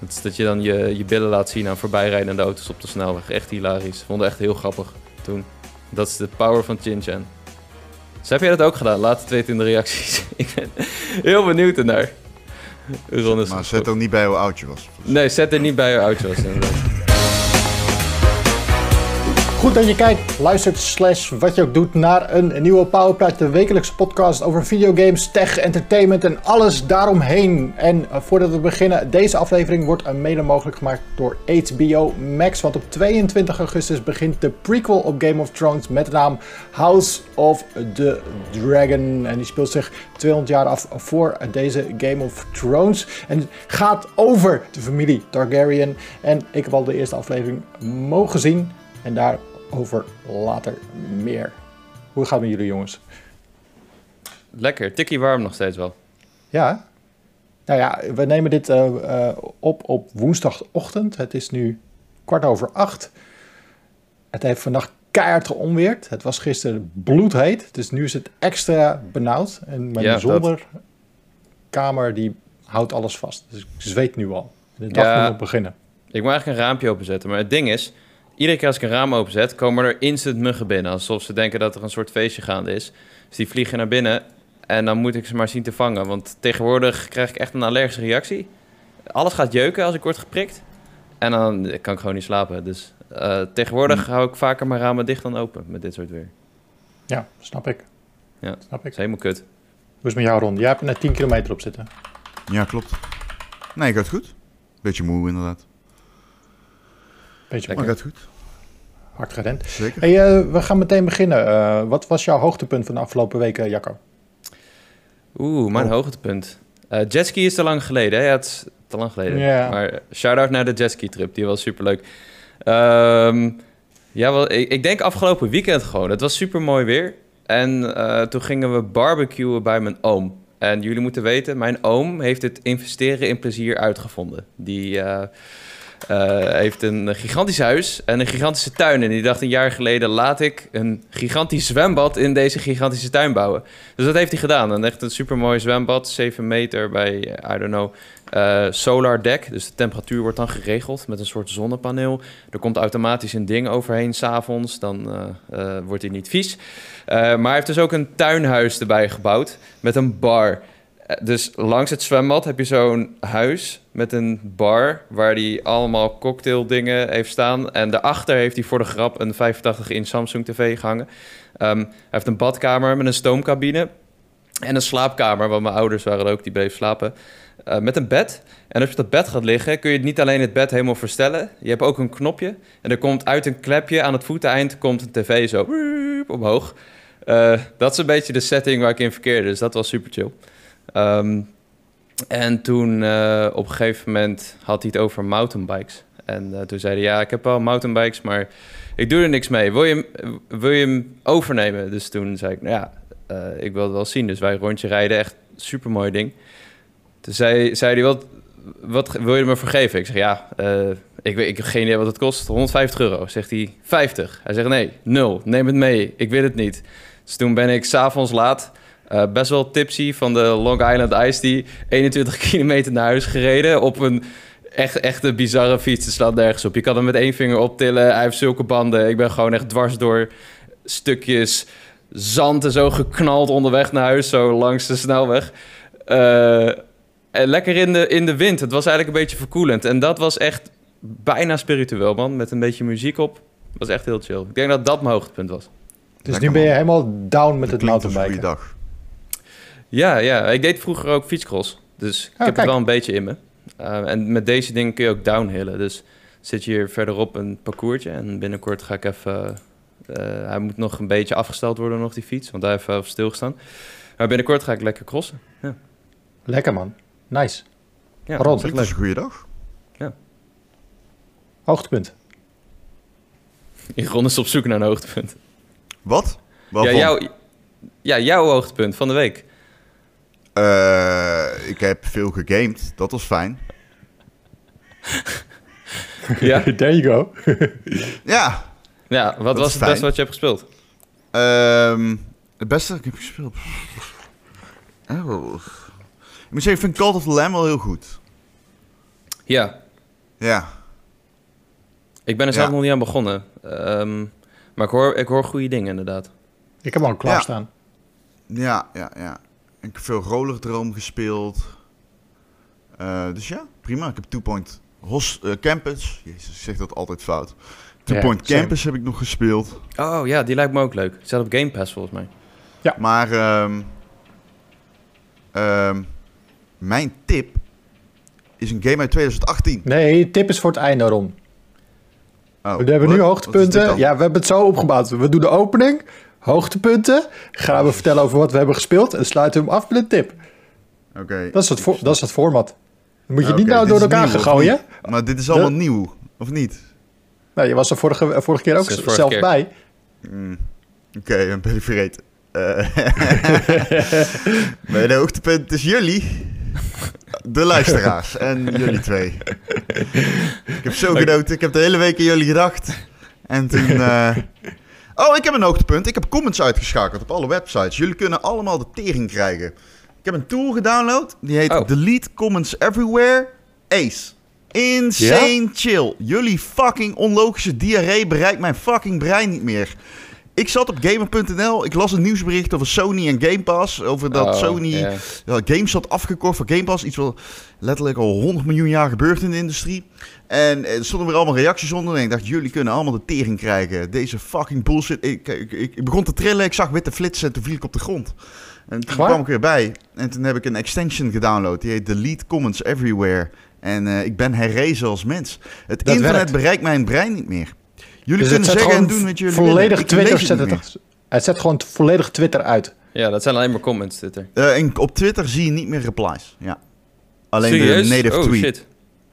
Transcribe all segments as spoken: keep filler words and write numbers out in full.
Dat is dat je dan je, je billen laat zien aan voorbijrijdende auto's op de snelweg. Echt hilarisch. Ik vond het echt heel grappig toen. Dat is de power van Chin-chan. Dus heb jij dat ook gedaan? Laat het weten in de reacties. Ik ben heel benieuwd ernaar. Zet, maar zet er niet bij hoe oud je was. Nee, zet er niet bij hoe oud je was. Inderdaad. Goed dat je kijkt, luistert, slash wat je ook doet naar een nieuwe Powerpraat, de wekelijkse podcast over videogames, tech, entertainment en alles daaromheen. En uh, voordat we beginnen, deze aflevering wordt mede mogelijk gemaakt door H B O Max. Want op tweeëntwintig augustus begint de prequel op Game of Thrones met de naam House of the Dragon. En die speelt zich tweehonderd jaar af voor deze Game of Thrones. En gaat over de familie Targaryen. En ik heb al de eerste aflevering mogen zien. En daarover later meer. Hoe gaat het met jullie, jongens? Lekker, tikkie warm nog steeds wel. Ja. Nou ja, we nemen dit uh, uh, op op woensdagochtend. Het is nu kwart over acht. Het heeft vannacht keihard geonweerd. Het was gisteren bloedheet. Dus nu is het extra benauwd. En mijn Ja, zolderkamer die houdt alles vast. Dus ik zweet nu al. De dag Ja. moet nog beginnen. Ik moet eigenlijk een raampje openzetten. Maar het ding is, iedere keer als ik een raam openzet, komen er instant muggen binnen. Alsof ze denken dat er een soort feestje gaande is. Dus die vliegen naar binnen en dan moet ik ze maar zien te vangen. Want tegenwoordig krijg ik echt een allergische reactie. Alles gaat jeuken als ik word geprikt. En dan kan ik gewoon niet slapen. Dus uh, tegenwoordig hou ik vaker mijn ramen dicht dan open met dit soort weer. Ja, snap ik. Ja, Snap dat ik. is helemaal kut. Hoe is het met jou, Ron? Jij hebt er net tien kilometer op zitten. Ja, klopt. Nee, gaat goed. Beetje moe inderdaad. Beetje Maar gaat goed. hard gerend. Zeker. Hey, uh, we gaan meteen beginnen. Uh, wat was jouw hoogtepunt van de afgelopen weken, Jacco? Oeh, mijn Oh. hoogtepunt. Uh, jetski is te lang geleden, hè? Ja, het is te lang geleden. Ja. Maar shout-out naar de jetski-trip, die was superleuk. Um, ja, wel, ik, ik denk afgelopen weekend gewoon. Het was super mooi weer. En uh, toen gingen we barbecuen bij mijn oom. En jullie moeten weten, mijn oom heeft het investeren in plezier uitgevonden. Die uh, uh, heeft een gigantisch huis en een gigantische tuin. En die dacht een jaar geleden, laat ik een gigantisch zwembad in deze gigantische tuin bouwen. Dus dat heeft hij gedaan. En echt een supermooi zwembad, zeven meter bij, I don't know, uh, solar deck. Dus de temperatuur wordt dan geregeld met een soort zonnepaneel. Er komt automatisch een ding overheen 's avonds, dan uh, uh, wordt hij niet vies. Uh, maar hij heeft dus ook een tuinhuis erbij gebouwd met een bar. Dus langs het zwembad heb je zo'n huis met een bar waar hij allemaal cocktaildingen heeft staan. En daarachter heeft hij voor de grap een vijfentachtig inch Samsung tv gehangen. Um, hij heeft een badkamer met een stoomcabine en een slaapkamer, want mijn ouders waren er ook, die bleef slapen. Uh, met een bed. En als je op dat bed gaat liggen, kun je niet alleen het bed helemaal verstellen. Je hebt ook een knopje. En er komt uit een klepje aan het voeteneind komt een tv zo omhoog. Uh, dat is een beetje de setting waar ik in verkeerde. Dus dat was super chill. Um, en toen uh, op een gegeven moment had hij het over mountainbikes. En uh, toen zei hij, ja, ik heb wel mountainbikes, maar ik doe er niks mee. Wil je hem, wil je hem overnemen? Dus toen zei ik, nou ja, uh, ik wil het wel zien. Dus wij rondje rijden, echt super mooi ding. Toen zei, zei hij, wat, wat wil je me vergeven? Ik zeg, ja, uh, ik, ik heb geen idee wat het kost. honderdvijftig euro. Zegt hij, vijftig. Hij zegt, nee, nul. Neem het mee. Ik wil het niet. Dus toen ben ik 's avonds laat, uh, best wel tipsy van de Long Island Ice Tea, eenentwintig kilometer naar huis gereden op een echt, echt een bizarre fiets. Het slaat nergens op. Je kan hem met één vinger optillen. Hij heeft zulke banden. Ik ben gewoon echt dwars door stukjes zand en zo geknald onderweg naar huis, zo langs de snelweg. Uh, en lekker in de, in de wind. Het was eigenlijk een beetje verkoelend. En dat was echt bijna spiritueel, man. Met een beetje muziek op. Het was echt heel chill. Ik denk dat dat mijn hoogtepunt was. Dus Lekker, nu ben je man. helemaal down met Dat het klinkt als een mountainbiken. goede dag. Ja, ja, ik deed vroeger ook fietscross. Dus ik Oh, heb kijk. het wel een beetje in me. Uh, en met deze dingen kun je ook downhillen. Dus zit je hier verderop een parcoursje. En binnenkort ga ik even... Uh, hij moet nog een beetje afgesteld worden, nog die fiets. Want hij heeft even stilgestaan. Maar binnenkort ga ik lekker crossen. Ja, Lekker, man. Nice. ja Ron, dat is echt Klinkt leuk. als een goede dag. Hoogtepunt. Ron is op zoek naar een hoogtepunt. Wat? Ja, Waarvan? jouw, ja, jouw hoogtepunt van de week. Uh, ik heb veel gegamed. Dat was fijn. Ja, There you go. Ja. ja wat Dat was is het fijn. beste wat je hebt gespeeld? Um, het beste dat ik heb gespeeld. Oh. Ik moet zeggen, ik vind Call of the Lamb wel heel goed. Ja, Ja. Ik ben er zelf Ja. nog niet aan begonnen. Um, maar ik hoor, ik hoor goede dingen, inderdaad. Ik heb al klaarstaan. Ja, ja, ja. Ik heb veel Rollerdroom gespeeld. Uh, dus ja, prima. Ik heb Two Point Hos, uh, Campus. Jezus, ik zeg dat altijd fout. Two Ja, Point same. Campus heb ik nog gespeeld. Oh ja, die lijkt me ook leuk. Zet op Game Pass volgens mij. Ja. Maar um, um, mijn tip is een game uit twintig achttien. Nee, tip is voor het einde, Ron. Oh, We hebben wat? nu Wat is hoogtepunten. dit dan? Ja, we hebben het zo opgebouwd. We doen de opening, hoogtepunten. Gaan we vertellen over wat we hebben gespeeld. En sluiten we hem af met een tip. Oké. Okay. Dat is het, vo- dat is het format. Dan moet je Oké, niet nou dit door is elkaar nieuw, gaan of gooien. niet? Maar dit is allemaal De- nieuw, of niet? Nou, je was er vorige, vorige keer ook Sinds vorige zelf keer. bij. Mm. Oké, okay, dan ben ik vergeten. Uh, mijn hoogtepunt is jullie. De luisteraars en jullie twee. Ik heb zo genoten. Ik heb de hele week aan jullie gedacht. En toen... Uh... Oh, ik heb een hoogtepunt. Ik heb comments uitgeschakeld op alle websites. Jullie kunnen allemaal de tering krijgen. Ik heb een tool gedownload. Die heet Oh. Delete Comments Everywhere. Ace. Insane chill. Jullie fucking onlogische diarree bereikt mijn fucking brein niet meer. Ik zat op gamer punt n l. Ik las een nieuwsbericht over Sony en Game Pass. Over dat Oh, Sony ja. ja, games had afgekocht voor Game Pass. Iets wat letterlijk al honderd miljoen jaar gebeurt in de industrie. En er stonden weer allemaal reacties onder. En ik dacht, jullie kunnen allemaal de tering krijgen. Deze fucking bullshit. Ik, ik, ik, ik begon te trillen. Ik zag witte flitsen en toen viel ik op de grond. En toen Waar? kwam ik weer bij. En toen heb ik een extension gedownload. Die heet Delete Comments Everywhere. En uh, ik ben herrezen als mens. Het Dat internet werkt. bereikt mijn brein niet meer. Jullie Dus het kunnen zet zeggen en gewoon doen wat jullie volledig willen. Ik Twitter lees het zet niet het, het zet gewoon volledig Twitter uit. Ja, dat zijn alleen maar comments, dit er. meer. Uh, en op Twitter zie je niet meer replies. Ja. Alleen Serieus? de native oh, tweet. shit.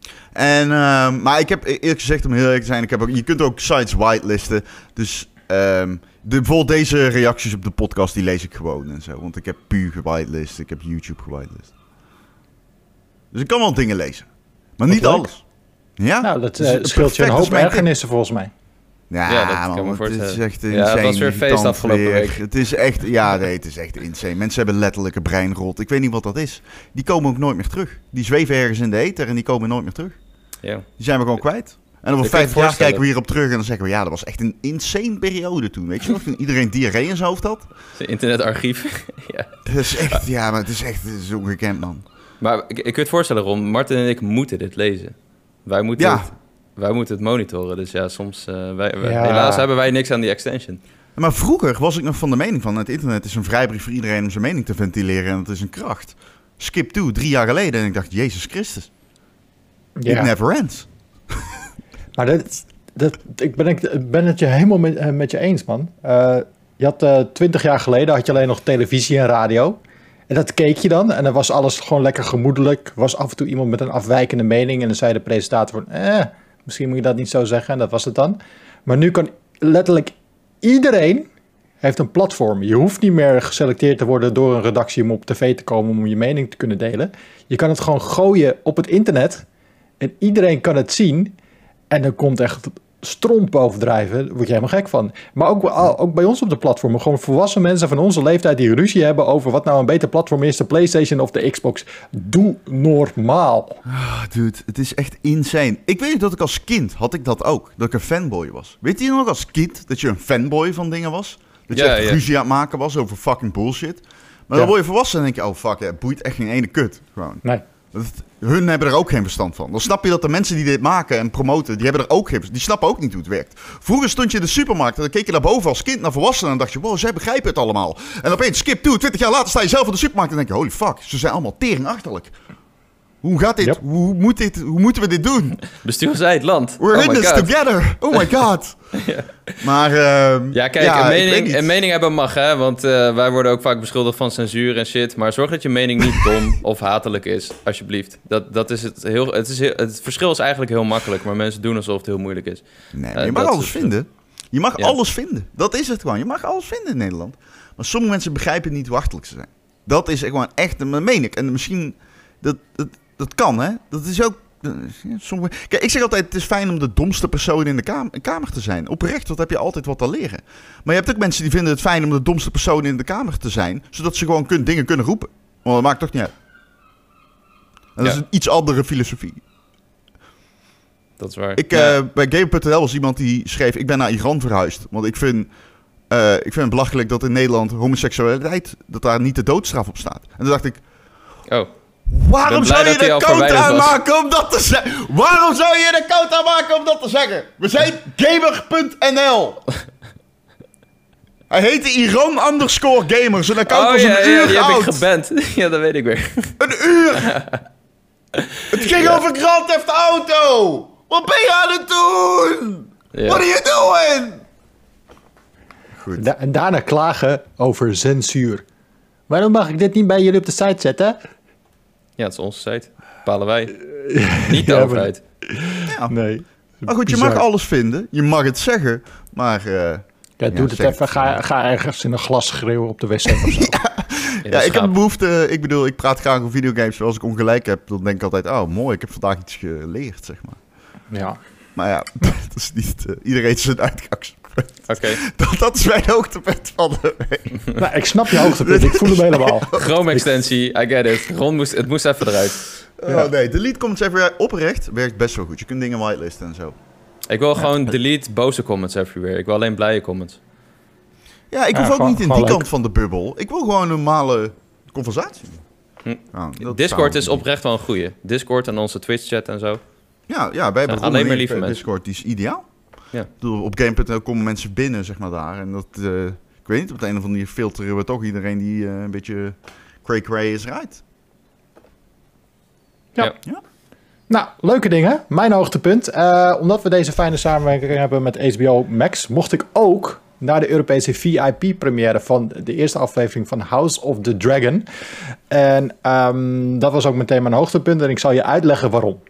En, uh, maar ik heb eerlijk gezegd, om heel eerlijk te zijn, ik heb ook, je kunt ook sites whitelisten. Dus um, de, bijvoorbeeld deze reacties op de podcast, die lees ik gewoon en zo. Want ik heb puur gewitelist, ik heb YouTube gewitelist. Dus ik kan wel dingen lezen. Maar Wat niet leuk. alles. Ja? Nou, dat Dus eh, het scheelt je een perfect hoop is mijn tip. ergernissen volgens mij. Ja, Ja, dat kan man, me het is voorstellen. echt Ja, insane. het was weer feest irritant afgelopen weer. week. Het is echt, ja, nee, het is echt insane. Mensen hebben letterlijk een breinrot. Ik weet niet wat dat is. Die komen ook nooit meer terug. Die zweven ergens in de ether en die komen nooit meer terug. Ja. Die zijn we gewoon kwijt. En over Ik kan vijftig het jaar kijken we voorstellen. hierop terug en dan zeggen we, ja, dat was echt een insane periode toen. Weet je nog, toen iedereen diarree in zijn hoofd had. Het internetarchief. ja. Dat is echt, ja, maar het is echt het is ongekend, man. Maar ik, ik kun je het voorstellen, Ron. Martin en ik moeten dit lezen. Wij moeten, Ja. het, wij moeten het monitoren. Dus ja, soms... Uh, wij, wij- Ja. Helaas hebben wij niks aan die extension. Maar vroeger was ik nog van de mening van, het internet is een vrijbrief voor iedereen om zijn mening te ventileren en dat is een kracht. Skip toe, drie jaar geleden en ik dacht, Jezus Christus, Ja. it never ends. Maar dat, dat, ik ben, ik ben het je helemaal met, eh, met je eens, man. Uh, je had uh, twintig jaar geleden had je alleen nog televisie en radio. En dat keek je dan. En dan was alles gewoon lekker gemoedelijk. Was af en toe iemand met een afwijkende mening. En dan zei de presentator van... Eh, misschien moet je dat niet zo zeggen. En dat was het dan. Maar nu kan letterlijk iedereen... heeft een platform. Je hoeft niet meer geselecteerd te worden door een redactie... om op tv te komen om je mening te kunnen delen. Je kan het gewoon gooien op het internet. En iedereen kan het zien... En dan komt echt stront bovendrijven. Daar word je helemaal gek van. Maar ook, ook bij ons op de platformen. Gewoon volwassen mensen van onze leeftijd die ruzie hebben over wat nou een beter platform is. De PlayStation of de Xbox. Doe normaal. Ah, dude, het is echt insane. Ik weet dat ik als kind had ik dat ook. Dat ik een fanboy was. Weet je nog als kind dat je een fanboy van dingen was? Dat je Ja, echt ja. ruzie aan het maken was over fucking bullshit. Maar Ja. dan word je volwassen en denk je, oh fuck, ja, het boeit echt geen ene kut. Gewoon. Nee. Dat, hun hebben er ook geen verstand van. Dan snap je dat de mensen die dit maken en promoten, die hebben er ook geen, die snappen ook niet hoe het werkt. Vroeger stond je in de supermarkt en dan keek je naar boven als kind naar volwassenen en dacht je, wow, zij begrijpen het allemaal. En opeens, skip toe, twintig jaar later sta je zelf in de supermarkt en denk je, holy fuck, ze zijn allemaal teringachterlijk. Hoe gaat dit? Yep. Hoe, moet dit? Hoe moeten we dit doen? Bestuur zij het land. We're oh in my this God. together. Oh my god. Ja. Maar ehm, Ja, kijk, ja, een, ik weet mening, niet. een mening hebben mag, hè. Want uh, wij worden ook vaak beschuldigd van censuur en shit. Maar zorg dat je mening niet dom of hatelijk is, alsjeblieft. Dat, dat is het, heel, het, is heel, het verschil is eigenlijk heel makkelijk, maar mensen doen alsof het heel moeilijk is. Nee, Uh, maar je mag dat alles is- vinden. Je mag Ja. alles vinden. Dat is het gewoon. Je mag alles vinden in Nederland. Maar sommige mensen begrijpen niet hoe achterlijk ze zijn. Dat is gewoon echt, dat meen ik. En misschien, dat, dat, dat kan, hè. Dat is ook... ja, sommige... Kijk, ik zeg altijd, het is fijn om de domste persoon in de kamer, kamer te zijn. Oprecht, wat heb je altijd wat te leren. Maar je hebt ook mensen die vinden het fijn om de domste persoon in de kamer te zijn. Zodat ze gewoon kun, dingen kunnen roepen. Want dat maakt toch niet uit. En dat Ja. is een iets andere filosofie. Dat is waar. Ik, ja. uh, bij Game punt n l was iemand die schreef... Ik ben naar Iran verhuisd. Want ik vind, uh, ik vind het belachelijk dat in Nederland homoseksualiteit... dat daar niet de doodstraf op staat. En toen dacht ik... Oh. Waarom zou je de account aanmaken om dat te zeggen? Waarom zou je de account aanmaken om dat te zeggen? We zijn Gamer punt n l. Hij heette Iran underscore gamer. Zijn account oh, was ja, een uur ja, die oud. heb ik geband. Ja, dat weet ik weer. Een uur! Het ging ja. over Grand Theft Auto! Wat ben je aan het doen? Ja. What are you doing? Goed. Da- en daarna klagen over censuur. Waarom mag ik dit niet bij jullie op de site zetten? Ja, het is onze site. Bepalen wij. Niet de ja, overheid. Ja. Nee. Maar goed, je Bizar. mag alles vinden. Je mag het zeggen. Maar... Uh, ja, ja, doe het even. Ga, ga ergens in een glas schreeuwen op de wc of zo. ja, ja ik heb een behoefte... Ik bedoel, ik praat graag over videogames. Als ik ongelijk heb, dan denk ik altijd... Oh, mooi, ik heb vandaag iets geleerd, zeg maar. Ja. Maar ja, dat is niet... Uh, iedereen is zijn uitgangspunt. Oké. Okay. Dat, dat is mijn hoogtepunt van de week. Nou, ik snap je hoogtepunt. Ik voel hem helemaal. Chrome-extensie, I get it. Ron moest, het moest even eruit. Oh ja. nee, delete comments everywhere oprecht werkt best wel goed. Je kunt dingen whitelisten en zo. Ik wil ja. gewoon delete boze comments everywhere. Ik wil alleen blije comments. Ja, ik hoef ja, ook gewoon, niet in die leuk. kant van de bubbel. Ik wil gewoon een normale conversatie. Hm. Ja, Discord is oprecht wel een goeie. Discord en onze Twitch-chat en zo. Ja, ja wij hebben alleen maar lieve mensen. Discord, die is ideaal. Ja. Bedoel, op Game punt n l komen mensen binnen, zeg maar, daar. En dat, uh, ik weet niet, op de een of andere manier filteren we toch iedereen die uh, een beetje cray-cray is eruit. Ja. Ja. ja. Nou, leuke dingen. Mijn hoogtepunt. Uh, omdat we deze fijne samenwerking hebben met H B O Max, mocht ik ook naar de Europese V I P-première van de eerste aflevering van House of the Dragon. En um, dat was ook meteen mijn hoogtepunt. En ik zal je uitleggen waarom.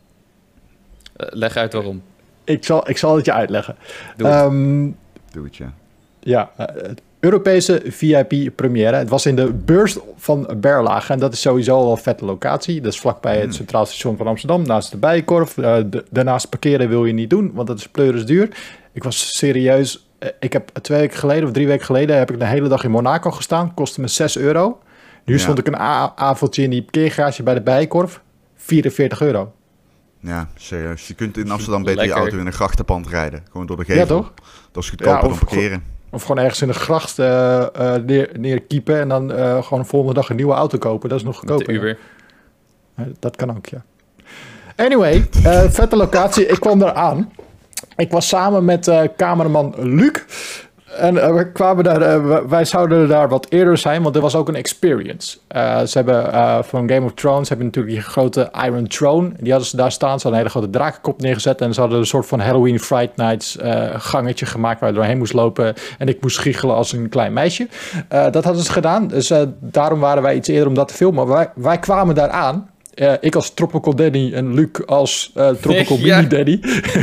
Uh, leg uit waarom. Ik zal, ik zal het je uitleggen. Doe het. Um, Doe het, ja. Ja, uh, het Europese V I P-première. Het was in de beurs van Berlage. En dat is sowieso al een vette locatie. Dat is vlakbij het Centraal Station van Amsterdam. Naast de Bijenkorf. Uh, de, daarnaast parkeren wil je niet doen, want dat is pleurisduur. Ik was serieus... Uh, ik heb twee weken geleden of drie weken geleden... heb ik de hele dag in Monaco gestaan. Kostte me zes euro. Nu ja. stond ik een a- avondje in die parkeergarage bij de Bijenkorf. vierenveertig euro. Ja, serieus. Je kunt in Amsterdam beter Lekker. je auto in een grachtenpand rijden. Gewoon door de gevel. Ja, toch? Dat is goedkoper ja, dan parkeren. Of gewoon ergens in de gracht uh, uh, neer, neerkiepen... en dan uh, gewoon de volgende dag een nieuwe auto kopen. Dat is nog goedkoper. Uber. Ja. Dat kan ook, ja. Anyway, uh, vette locatie. Ik kwam daar aan. Ik was samen met uh, cameraman Luc... En uh, we kwamen daar, uh, wij zouden daar wat eerder zijn, want er was ook een experience. Uh, ze hebben uh, van Game of Thrones hebben natuurlijk die grote Iron Throne. Die hadden ze daar staan. Ze hadden een hele grote drakenkop neergezet. En ze hadden een soort van Halloween Fright Nights uh, gangetje gemaakt waar je doorheen moest lopen. En ik moest giechelen als een klein meisje. Uh, dat hadden ze gedaan. Dus uh, daarom waren wij iets eerder om dat te filmen. Wij, wij kwamen daar aan. Uh, ik als Tropical Danny en Luc als uh, Tropical ja. Mini Danny.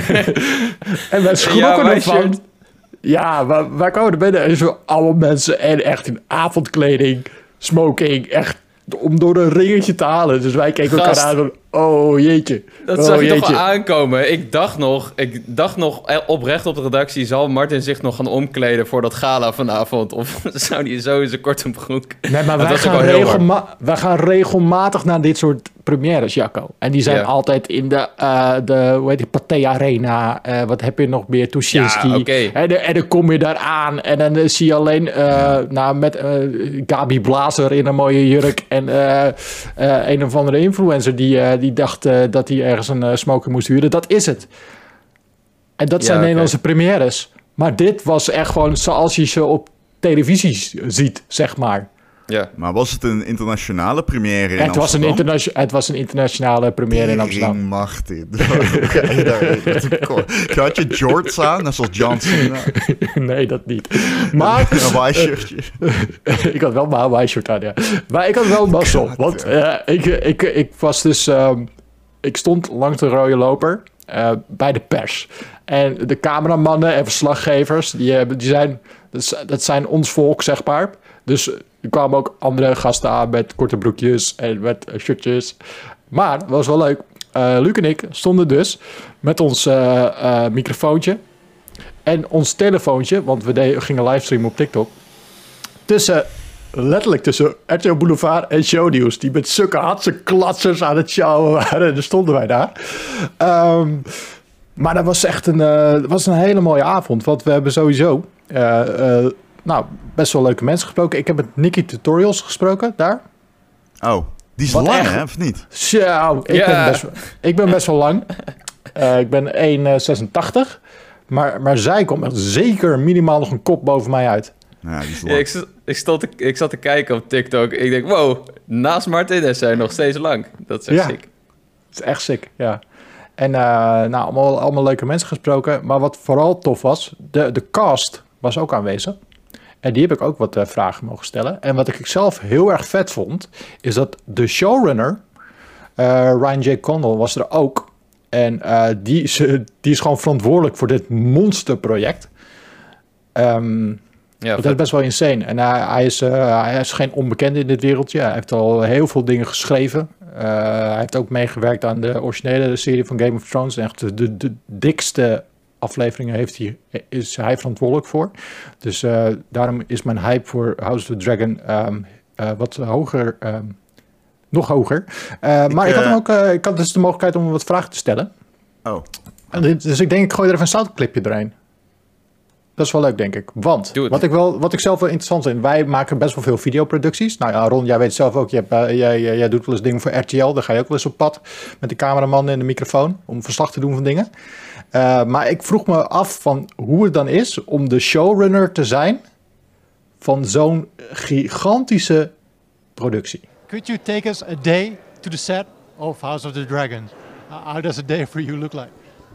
En wij schrokken ja, ervan. Ja, wij, wij kwamen er binnen en zo allemaal mensen en echt in avondkleding, smoking, echt om door een ringetje te halen. Dus wij keken Gast. elkaar aan van, oh jeetje. Dat oh, zag je jeetje. toch wel aankomen. Ik dacht nog, ik dacht nog oprecht op de redactie, zal Martin zich nog gaan omkleden voor dat gala vanavond? Of zou die zo in zijn korte broek? Nee, maar wij gaan, regelma- wij gaan regelmatig naar dit soort premières, Jacco. En die zijn ja. altijd in de, uh, de hoe heet die, Pathé Arena. Uh, wat heb je nog meer? Tuschinski. Ja, okay. en, de, en dan kom je daar aan en dan uh, zie je alleen uh, nou, met uh, Gabi Blazer in een mooie jurk en uh, uh, een of andere influencer die, uh, die dacht uh, dat hij ergens een uh, smoker moest huren. Dat is het. En dat ja, zijn okay. Nederlandse premières. Maar dit was echt gewoon zoals je ze op televisie ziet, zeg maar. Ja. Maar was het een internationale première in het Amsterdam? Was een interna- het was een internationale première in Amsterdam. Martin. Had je Jorts aan, net zoals Johnson? Nee, dat niet. Maar... een Hawaii shirtje. Ik had wel mijn Hawaii shirt aan, ja. Maar ik had wel mazzel. Want uh, ik, ik, ik was dus... Um, ik stond langs de rode loper uh, bij de pers. En de cameramannen en verslaggevers, die, die zijn... Dat zijn ons volk, zeg maar. Dus er kwamen ook andere gasten aan met korte broekjes en met uh, shirtjes. Maar het was wel leuk. Uh, Luc en ik stonden dus met ons uh, uh, microfoontje en ons telefoontje, want we de- gingen livestreamen op TikTok, tussen, letterlijk tussen R T L Boulevard en Shownieuws, die met zulke hartse klatsers aan het sjouwen waren. En dan stonden wij daar. Um, Maar dat was echt een, uh, dat was een hele mooie avond. Want we hebben sowieso uh, uh, nou, best wel leuke mensen gesproken. Ik heb met Nicky Tutorials gesproken daar. Oh, die is Wat lang echt? hè, of niet? Zo, ik, Ja. ben best, ik ben best wel lang. Uh, ik ben één komma zesentachtig. Maar, maar zij komt echt zeker minimaal nog een kop boven mij uit. Ja, die is Ja, lang. ik, zat- ik, stond te, ik zat te kijken op TikTok. Ik denk, wow, naast Martinez zijn nog steeds lang. Dat is echt Ja. sick. Het is echt sick, ja. En uh, nou, allemaal, allemaal leuke mensen gesproken. Maar wat vooral tof was, de, de cast was ook aanwezig. En die heb ik ook wat uh, vragen mogen stellen. En wat ik zelf heel erg vet vond, is dat de showrunner, uh, Ryan J. Condal, was er ook. En uh, die, is, uh, die is gewoon verantwoordelijk voor dit monsterproject. Um, Ja, dat is best wel insane. En hij, hij, is, uh, hij is geen onbekende in dit wereldje. Hij heeft al heel veel dingen geschreven. Uh, hij heeft ook meegewerkt aan de originele serie van Game of Thrones. En echt de, de, de dikste afleveringen heeft hij, is hij verantwoordelijk voor. Dus uh, daarom is mijn hype voor House of the Dragon um, uh, wat hoger, um, nog hoger. Uh, maar ik, uh, ik had hem ook, uh, ik had dus de mogelijkheid om hem wat vragen te stellen. Oh. En dus ik denk, ik gooi er even een soundclipje doorheen. Dat is wel leuk, denk ik. Want wat ik, wel, wat ik zelf wel interessant vind, wij maken best wel veel videoproducties. Nou ja, Ron, jij weet zelf ook, je hebt, uh, jij, jij doet wel eens dingen voor R T L. Daar ga je ook wel eens op pad met de cameraman en de microfoon om verslag te doen van dingen. Uh, maar ik vroeg me af van hoe het dan is om de showrunner te zijn van zo'n gigantische productie. Could you take us a day to the set of House of the Dragon? Uh, how does a day for you look like?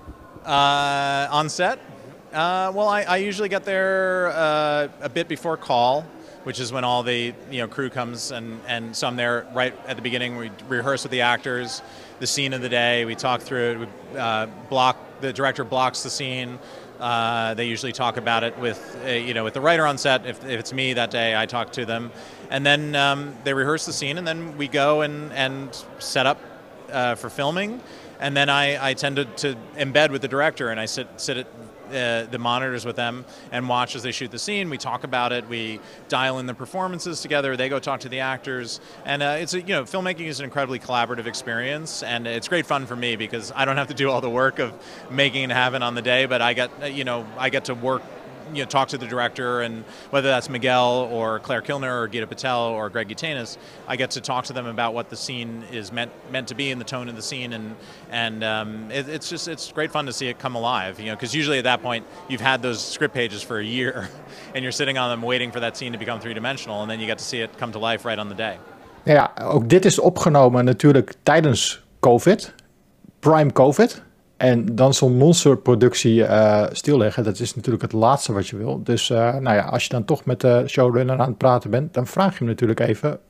Uh, on set? Uh, well, I, I usually get there uh, a bit before call, which is when all the you know crew comes, and, and so I'm there right at the beginning. We rehearse with the actors, the scene of the day. We talk through it. We uh, block the director blocks the scene. Uh, they usually talk about it with uh, you know with the writer on set. If, if it's me that day, I talk to them, and then um, they rehearse the scene, and then we go and and set up uh, for filming. And then I, I tend to, to embed with the director, and I sit sit at uh, the monitors with them and watch as they shoot the scene. We talk about it. We dial in the performances together. They go talk to the actors, and uh, it's a, you know filmmaking is an incredibly collaborative experience, and it's great fun for me because I don't have to do all the work of making it happen on the day, but I get you know I get to work. You know, talk to the director, and whether that's Miguel or Claire Kilner or Gita Patel or Greg Gutanis, I get to talk to them about what the scene is meant meant to be and the tone of the scene, and and um, it, it's just it's great fun to see it come alive. You know, because usually at that point you've had those script pages for a year, and you're sitting on them waiting for that scene to become three dimensional, and then you get to see it come to life right on the day. Ja, ook dit is opgenomen natuurlijk tijdens COVID, prime COVID. En dan zo'n monsterproductie uh, stilleggen, dat is natuurlijk het laatste wat je wil. Dus uh, nou ja, als je dan toch met de showrunner aan het praten bent, dan vraag je hem natuurlijk even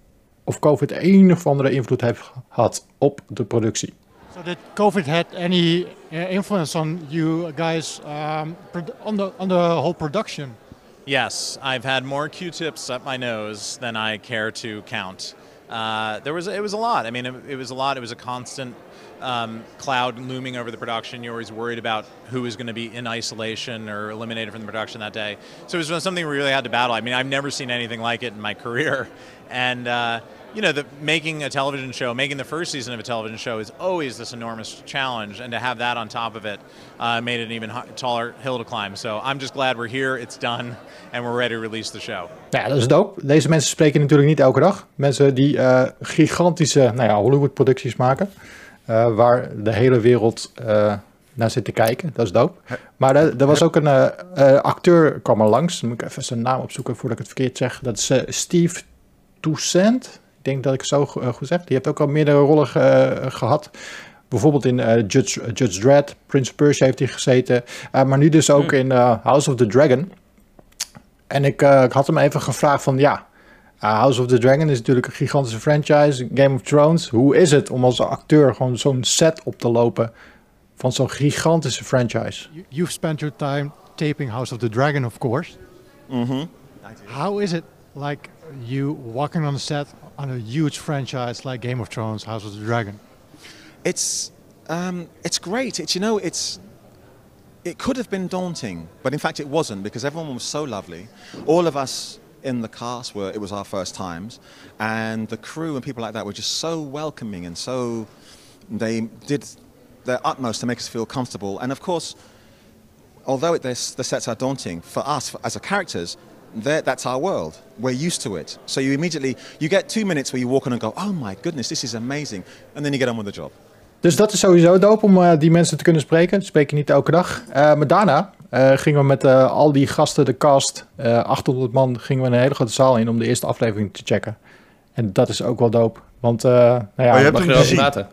of COVID een of andere invloed heeft gehad op de productie. So did COVID had any uh, influence on you guys um, on the on the whole production? Yes, I've had more Q-tips up my nose than I care to count. Uh, there was it was a lot. I mean, it, it was a lot. It was a constant um, cloud looming over the production. You're always worried about who was going to be in isolation or eliminated from the production that day. So it was something we really had to battle. I mean, I've never seen anything like it in my career. And uh, you know, the, making a television show, making the first season of a television show is always this enormous challenge. And to have that on top of it uh, made it an even taller hill to climb. So I'm just glad we're here, it's done, and we're ready to release the show. Ja, dat is dope. Deze mensen spreken natuurlijk niet elke dag. Mensen die uh, gigantische nou ja, Hollywood-producties maken. Uh, waar de hele wereld uh, naar zit te kijken. Dat is dope. Maar uh, er was ook een uh, uh, acteur kwam er langs. Dan moet ik even zijn naam opzoeken voordat ik het verkeerd zeg. Dat is uh, Steve Toussaint. Ik denk dat ik het zo uh, goed zeg. Die heeft ook al meerdere rollen uh, gehad. Bijvoorbeeld in uh, Judge, uh, Judge Dredd, Prince of Persia heeft hij gezeten. Uh, maar nu dus ook in uh, House of the Dragon. En ik, uh, ik had hem even gevraagd van ja, uh, House of the Dragon is natuurlijk een gigantische franchise. Game of Thrones, hoe is het om als acteur gewoon zo'n set op te lopen van zo'n gigantische franchise? You've spent your time taping House of the Dragon, of course. Mm-hmm. How is it like you walking on the set on a huge franchise like Game of Thrones, House of the Dragon? It's um, it's great. It's you know it's it could have been daunting, but in fact it wasn't because everyone was so lovely. All of us in the cast were it was our first times, and the crew and people like that were just so welcoming and so they did their utmost to make us feel comfortable. And of course, although it, the sets are daunting, for us for, as a characters, that's our world. We're used to it. So you immediately, you get two minutes where you walk on and go, oh my goodness, this is amazing. And then you get on with the job. Dus dat is sowieso dope om uh, die mensen te kunnen spreken. Dat spreek je niet elke dag. Uh, maar daarna uh, gingen we met uh, al die gasten, de cast, uh, achthonderd man, gingen we een hele grote zaal in om de eerste aflevering te checken. En dat is ook wel dope. Want, uh, nou ja... Oh, je hebt Mag hem je erover gezien? praten?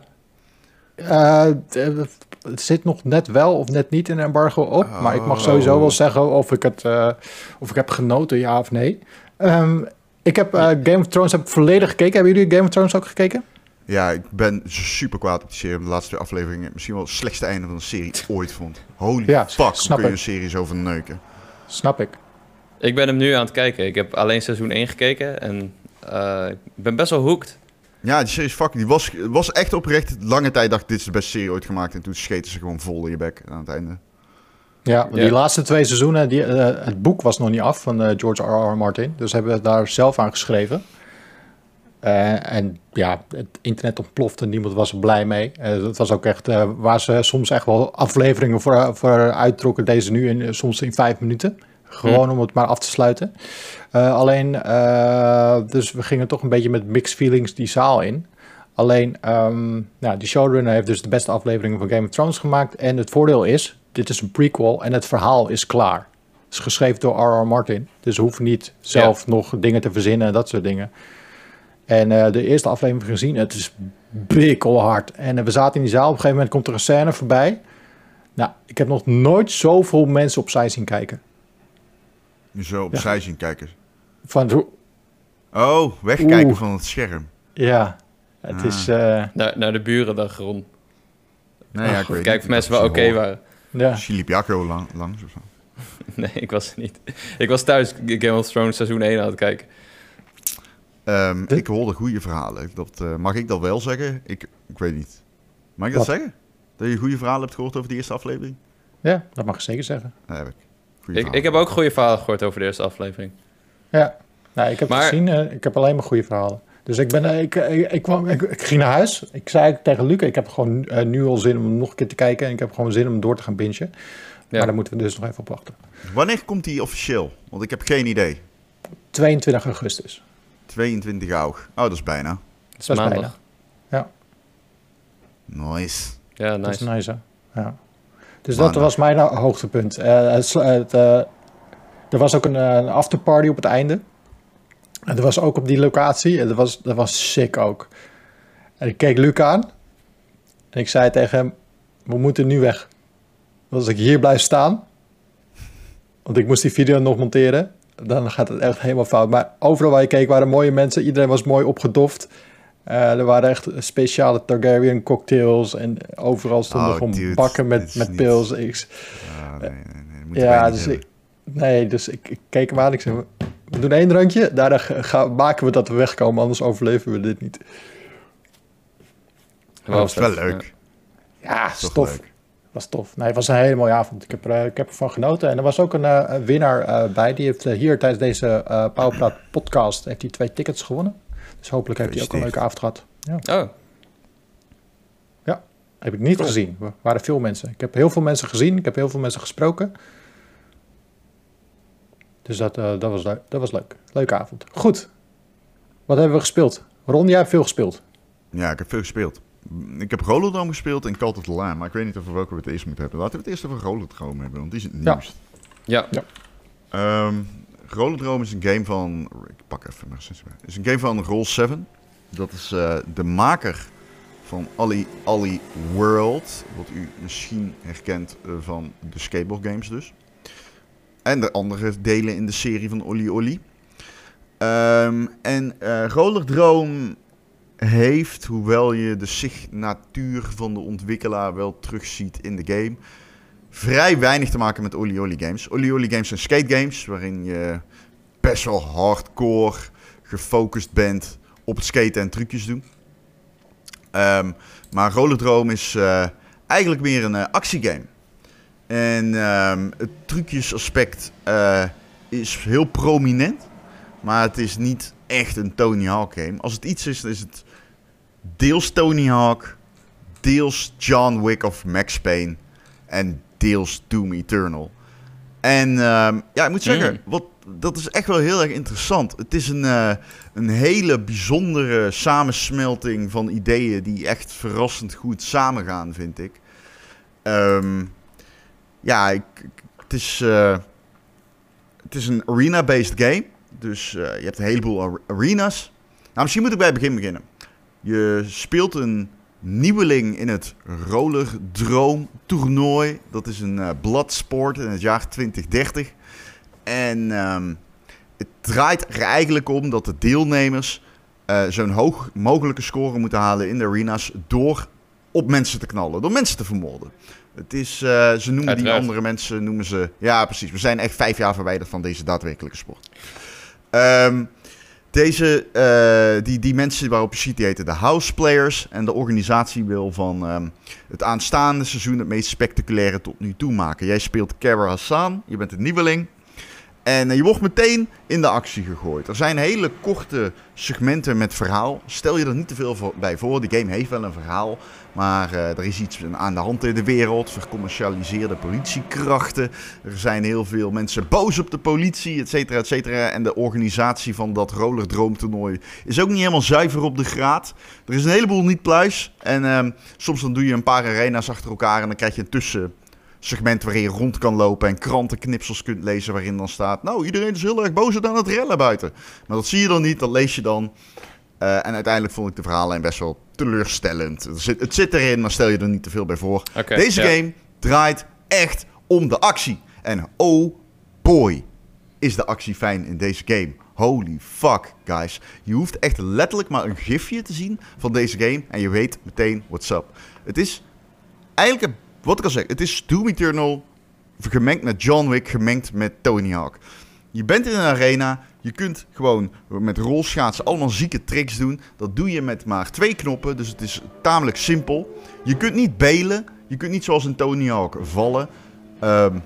Uh, het zit nog net wel of net niet in een embargo op. Oh. Maar ik mag sowieso wel zeggen of ik het uh, of ik heb genoten, ja of nee. Um, ik heb uh, Game of Thrones heb ik volledig gekeken. Hebben jullie Game of Thrones ook gekeken? Ja, ik ben super kwaad op die serie. De laatste twee afleveringen misschien wel het slechtste einde van een serie ooit vond. Holy ja, fuck, hoe kun je ik. een serie zo verneuken? Snap ik. Ik ben hem nu aan het kijken. Ik heb alleen seizoen één gekeken en uh, ik ben best wel hooked. Ja, die serie is fucking... Die was, was echt oprecht... Lange tijd dacht ik, dit is de beste serie ooit gemaakt. En toen scheten ze gewoon vol in je bek aan het einde. Ja, die ja. laatste twee seizoenen... Die, uh, het boek was nog niet af van uh, George R R. Martin. Dus hebben we daar zelf aan geschreven. Uh, en ja, het internet ontplofte en niemand was er blij mee. Uh, dat was ook echt... Uh, waar ze soms echt wel afleveringen voor, voor uittrokken. Deze nu in, soms in vijf minuten. Gewoon om het maar af te sluiten. Uh, alleen, uh, dus we gingen toch een beetje met mixed feelings die zaal in. Alleen, um, nou, die showrunner heeft dus de beste afleveringen van Game of Thrones gemaakt. En het voordeel is, dit is een prequel en het verhaal is klaar. Het is geschreven door R R. Martin. Dus we hoeven niet zelf ja. nog dingen te verzinnen en dat soort dingen. En uh, de eerste aflevering gezien, het is bikkelhard. En uh, we zaten in die zaal, op een gegeven moment komt er een scène voorbij. Nou, ik heb nog nooit zoveel mensen opzij zien kijken. Je zo opzij ja. zien kijken. Van, oh, wegkijken Oeh. van het scherm. Ja, het ah. is... Uh... Naar, naar de buren dan gewoon. Nee, ja, ik weet Kijk of mensen wel oké okay waren. Ja. Misschien liep Jacco lang, langs of zo. Nee, ik was er niet. Ik was thuis Game of Thrones seizoen één aan het kijken. Um, ik hoorde goede verhalen. Dat, uh, mag ik dat wel zeggen? Ik, ik weet niet. Mag ik dat Wat? zeggen? Dat je goede verhalen hebt gehoord over de eerste aflevering? Ja, dat mag ik zeker zeggen. Dat heb ik. Ik, ik heb ook goede verhalen gehoord over de eerste aflevering. Ja, nou, ik heb maar... het gezien. Uh, ik heb alleen maar goede verhalen. Dus ik, ben, uh, ik, ik, ik, kwam, ik, ik ging naar huis. Ik zei tegen Luc, ik heb gewoon uh, nu al zin om hem nog een keer te kijken. En ik heb gewoon zin om door te gaan bingen. Ja. Maar daar moeten we dus nog even op wachten. Wanneer komt die officieel? Want ik heb geen idee. tweeëntwintig augustus. tweeëntwintig augustus. Oh, dat is bijna. Dat is, dat is bijna. Ja. Nice. Ja, nice. Dat is nice, hè? Ja. Dus Maandag. Dat was mijn hoogtepunt. Uh, het, het, uh, er was ook een, een afterparty op het einde. En dat was ook op die locatie. En dat was, dat was sick ook. En ik keek Luc aan. En ik zei tegen hem, we moeten nu weg. Want als ik hier blijf staan... Want ik moest die video nog monteren. Dan gaat het echt helemaal fout. Maar overal waar je keek waren mooie mensen. Iedereen was mooi opgedoft. Uh, er waren echt speciale Targaryen cocktails. En overal stonden oh, gewoon dude, bakken met, met niet... pils. Ik, oh, nee, nee, nee. Moet ja, dus ik, nee, dus ik, ik keek hem aan. Ik zei, we doen één drankje. Daarna gaan, maken we dat we wegkomen. Anders overleven we dit niet. Dat was wel leuk. Ja, stof. Was tof. Nee, het was een hele mooie avond. Ik heb, er, ik heb ervan genoten. En er was ook een, uh, een winnaar uh, bij. Die heeft uh, hier tijdens deze uh, Powerpraat podcast heeft hij twee tickets gewonnen. Dus hopelijk heeft hij ook een leuke avond gehad. Ja. Oh. Ja, heb ik niet cool. gezien. Er waren veel mensen. Ik heb heel veel mensen gezien. Ik heb heel veel mensen gesproken. Dus dat, uh, dat, was, dat was leuk. Leuke avond. Goed. Wat hebben we gespeeld? Ron, jij hebt veel gespeeld. Ja, ik heb veel gespeeld. Ik heb Rolodrome gespeeld en Cult of the Lamb, maar ik weet niet over welke we het eerst moeten hebben. Laten we het eerst over Rolodrome hebben, want die is het nieuwst. Ja. ja. ja. Um, Rolodrome is een game van... Ik pak even maar eens. Het is een game van Roll zeven. Dat is uh, de maker van Ali Ali World, wat u misschien herkent uh, van de skateboard games dus. En de andere delen in de serie van Oli Oli. Um, en uh, Rolodrome heeft, hoewel je de signatuur van de ontwikkelaar wel terugziet in de game, vrij weinig te maken met Oli Oli games. Oli Oli games zijn skate games, waarin je best wel hardcore gefocust bent op het skaten en trucjes doen. Um, maar Rolodrome is uh, eigenlijk meer een uh, actiegame. En um, het trucjesaspect uh, is heel prominent, maar het is niet echt een Tony Hawk game. Als het iets is, dan is het deels Tony Hawk, deels John Wick of Max Payne en deels Doom Eternal. En um, ja, ik moet zeggen, mm. wat, dat is echt wel heel erg interessant. Het is een, uh, een hele bijzondere samensmelting van ideeën die echt verrassend goed samengaan, vind ik. Um, ja, ik, het, is, uh, het is een arena-based game. Dus uh, je hebt een heleboel arenas. Nou, misschien moet ik bij het begin beginnen. Je speelt een nieuweling in het Rollerdrome toernooi. Dat is een uh, bloodsport in het jaar twintig dertig. En um, het draait er eigenlijk om dat de deelnemers uh, zo'n hoog mogelijke score moeten halen in de arena's door op mensen te knallen, door mensen te vermoorden. Het is, uh, ze noemen Uiteraard. die andere mensen, noemen ze... Ja, precies. We zijn echt vijf jaar verwijderd van deze daadwerkelijke sport. Um, Deze, uh, die, die mensen waarop je ziet, die heten de House Players. En de organisatie wil van um, het aanstaande seizoen het meest spectaculaire tot nu toe maken. Jij speelt Kara Hassan, je bent een nieuweling. En uh, je wordt meteen in de actie gegooid. Er zijn hele korte segmenten met verhaal. Stel je er niet te veel voor, bij voor. Die game heeft wel een verhaal. Maar uh, er is iets aan de hand in de wereld. Vercommercialiseerde politiekrachten. Er zijn heel veel mensen boos op de politie, et cetera, et cetera. En de organisatie van dat Rollerdrome toernooi is ook niet helemaal zuiver op de graad. Er is een heleboel niet pluis. En uh, soms dan doe je een paar arena's achter elkaar en dan krijg je een tussensegment waarin je rond kan lopen en krantenknipsels kunt lezen waarin dan staat: nou, iedereen is heel erg boos aan het rellen buiten. Maar dat zie je dan niet, dat lees je dan. Uh, en uiteindelijk vond ik de verhaallijn best wel teleurstellend. Het zit, het zit erin, maar stel je er niet te veel bij voor. Okay, Deze ja. game draait echt om de actie. En oh boy, is de actie fijn in deze game. Holy fuck, guys. Je hoeft echt letterlijk maar een gifje te zien van deze game en je weet meteen what's up. Het is eigenlijk, wat ik al zeg, het is Doom Eternal gemengd met John Wick, gemengd met Tony Hawk. Je bent in een arena, je kunt gewoon met rolschaatsen allemaal zieke tricks doen. Dat doe je met maar twee knoppen, dus het is tamelijk simpel. Je kunt niet belen, je kunt niet zoals in Tony Hawk vallen. Um,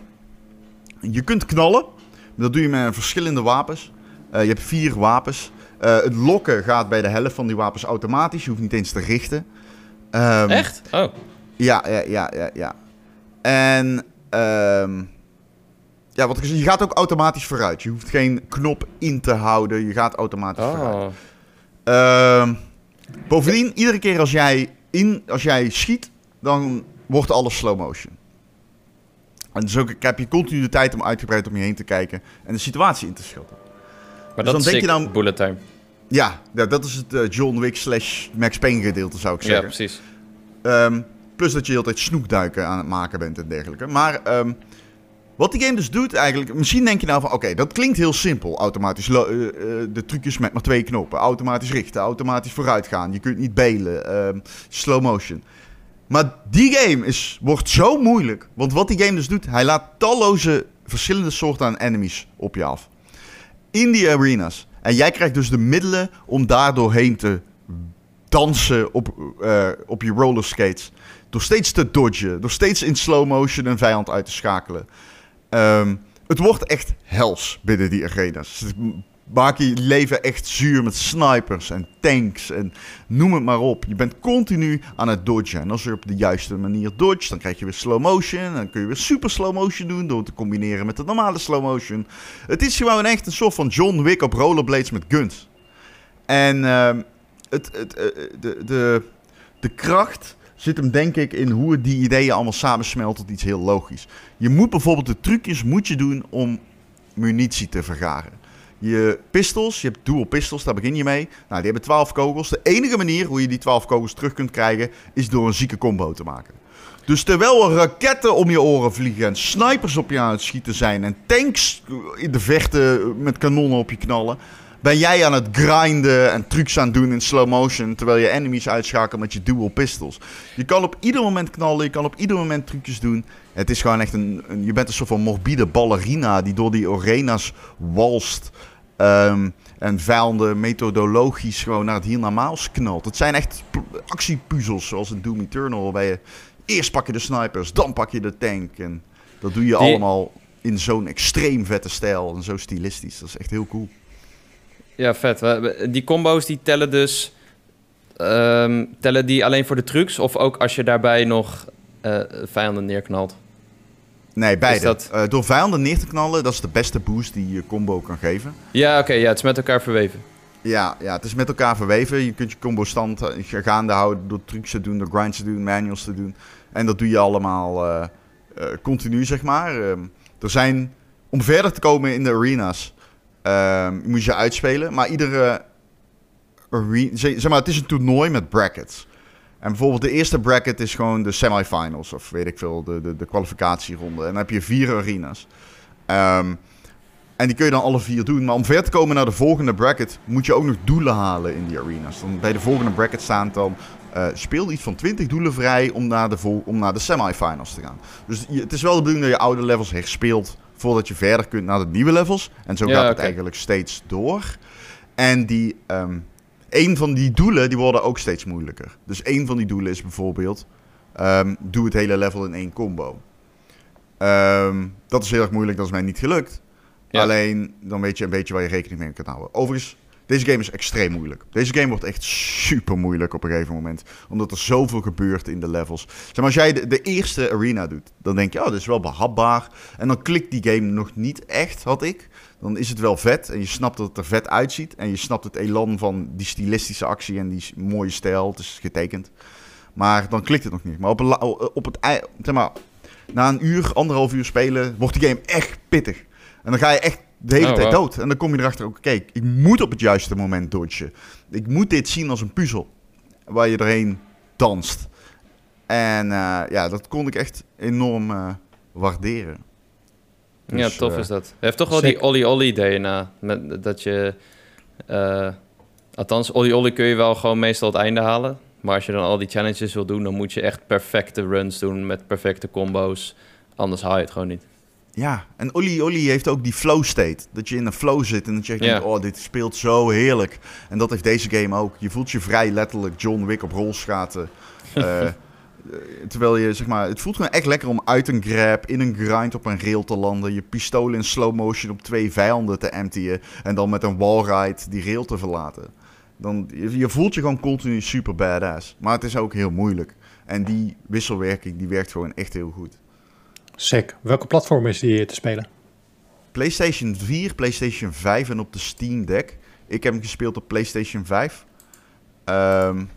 je kunt knallen, dat doe je met verschillende wapens. Uh, je hebt vier wapens. Uh, het lokken gaat bij de helft van die wapens automatisch, je hoeft niet eens te richten. Um, Echt? Oh. Ja, ja, ja, ja. ja. En... Um, Ja, wat ik zeg, je gaat ook automatisch vooruit. Je hoeft geen knop in te houden. Je gaat automatisch oh. vooruit. Uh, bovendien, iedere keer als jij, in, als jij schiet, dan wordt alles slow motion. En zo heb je continu de tijd om uitgebreid om je heen te kijken en de situatie in te schatten. Maar dus dat is denk je dan bullet time. Ja, ja, dat is het uh, John Wick slash Max Payne gedeelte, zou ik zeggen. Ja, precies. Um, plus dat je de hele tijd snoekduiken aan het maken bent en dergelijke. Maar... Um, Wat die game dus doet eigenlijk... Misschien denk je nou van... Oké, okay, dat klinkt heel simpel. Automatisch lo- uh, uh, de trucjes met maar twee knoppen. Automatisch richten. Automatisch vooruit gaan. Je kunt niet belen. Uh, slow motion. Maar die game is, wordt zo moeilijk. Want wat die game dus doet... Hij laat talloze verschillende soorten aan enemies op je af. In die arenas. En jij krijgt dus de middelen om daar doorheen te dansen op, uh, op je rollerskates. Door steeds te dodgen. Door steeds in slow motion een vijand uit te schakelen. Um, het wordt echt hels binnen die arenas. Ze maken je leven echt zuur met snipers en tanks en noem het maar op. Je bent continu aan het dodgen. En als je op de juiste manier dodgt, dan krijg je weer slow motion. En dan kun je weer super slow motion doen door te combineren met de normale slow motion. Het is gewoon echt een soort van John Wick op rollerblades met guns. En um, het, het, uh, de, de, de kracht... zit hem denk ik in hoe die ideeën allemaal samensmelten tot iets heel logisch. Je moet bijvoorbeeld de trucjes moet je doen om munitie te vergaren. Je pistols, je hebt dual pistols, daar begin je mee. Nou, die hebben twaalf kogels. De enige manier hoe je die twaalf kogels terug kunt krijgen is door een zieke combo te maken. Dus terwijl er raketten om je oren vliegen en snipers op je aan het schieten zijn en tanks in de verte met kanonnen op je knallen, ben jij aan het grinden en trucs aan het doen in slow motion, terwijl je enemies uitschakelt met je dual pistols. Je kan op ieder moment knallen, je kan op ieder moment trucjes doen. Het is gewoon echt een, een je bent een soort van morbide ballerina die door die arena's walst um, en vijanden methodologisch gewoon naar het hiernamaals knalt. Het zijn echt actiepuzzels zoals in Doom Eternal, waarbij je eerst pak je de snipers, dan pak je de tank en dat doe je die... allemaal in zo'n extreem vette stijl en zo stilistisch. Dat is echt heel cool. Ja, vet. Die combo's die tellen dus Um, tellen die alleen voor de trucs of ook als je daarbij nog uh, vijanden neerknalt? Nee, beide. Dat... Uh, door vijanden neer te knallen, dat is de beste boost die je combo kan geven. Ja, oké, okay, ja, het is met elkaar verweven. Ja, ja, het is met elkaar verweven. Je kunt je combo stand gaande houden door trucs te doen, door grinds te doen, manuals te doen. En dat doe je allemaal uh, uh, continu, zeg maar. Um, er zijn, om verder te komen in de arena's, um, moet je uitspelen. Maar iedere arena, zeg maar, het is een toernooi met brackets. En bijvoorbeeld de eerste bracket is gewoon de semifinals, of weet ik veel, de, de, de kwalificatieronde. En dan heb je vier arena's. Um, en die kun je dan alle vier doen. Maar om ver te komen naar de volgende bracket, moet je ook nog doelen halen in die arena's. Dan bij de volgende bracket staan dan, uh, speel iets van twintig doelen vrij om naar de, vol- om naar de semifinals te gaan. Dus je, het is wel de bedoeling dat je oude levels herspeelt voordat je verder kunt naar de nieuwe levels. En zo ja, gaat het okay. eigenlijk steeds door. En die... Um, Een van die doelen die worden ook steeds moeilijker. Dus één van die doelen is bijvoorbeeld... Um, doe het hele level in één combo. Um, dat is heel erg moeilijk, dat is mij niet gelukt. Ja. Alleen, dan weet je een beetje waar je rekening mee kunt houden. Overigens, deze game is extreem moeilijk. Deze game wordt echt super moeilijk op een gegeven moment. Omdat er zoveel gebeurt in de levels. Zeg maar, als jij de, de eerste arena doet, dan denk je... oh, dit is wel behapbaar. En dan klikt die game nog niet echt, had ik... Dan is het wel vet en je snapt dat het er vet uitziet. En je snapt het elan van die stilistische actie en die mooie stijl. Het is getekend. Maar dan klikt het nog niet. Maar op, een, op het zeg maar, na een uur, anderhalf uur spelen, wordt die game echt pittig. En dan ga je echt de hele oh, tijd wow. dood. En dan kom je erachter ook, kijk, ik moet op het juiste moment dodgen. Ik moet dit zien als een puzzel waar je erheen danst. En uh, ja, dat kon ik echt enorm uh, waarderen. Dus, ja, tof uh, is dat. Hij heeft toch wel sick. Die Olly Olly D N A. Met, dat je... Uh, althans, Olly Olly kun je wel gewoon meestal het einde halen. Maar als je dan al die challenges wil doen... dan moet je echt perfecte runs doen met perfecte combo's. Anders haal je het gewoon niet. Ja, en Olly Olly heeft ook die flow state. Dat je in een flow zit en dat je echt ja. denkt... oh, dit speelt zo heerlijk. En dat heeft deze game ook. Je voelt je vrij letterlijk John Wick op rolschaten. uh, Terwijl je, zeg maar, het voelt gewoon echt lekker om uit een grab, in een grind op een rail te landen. Je pistool in slow motion op twee vijanden te emptyen. En dan met een wallride die rail te verlaten. Dan, je, je voelt je gewoon continu super badass. Maar het is ook heel moeilijk. En die wisselwerking, die werkt gewoon echt heel goed. Sick. Welke platform is die te spelen? PlayStation vier, PlayStation vijf en op de Steam Deck. Ik heb hem gespeeld op PlayStation vijf. Ehm... Um,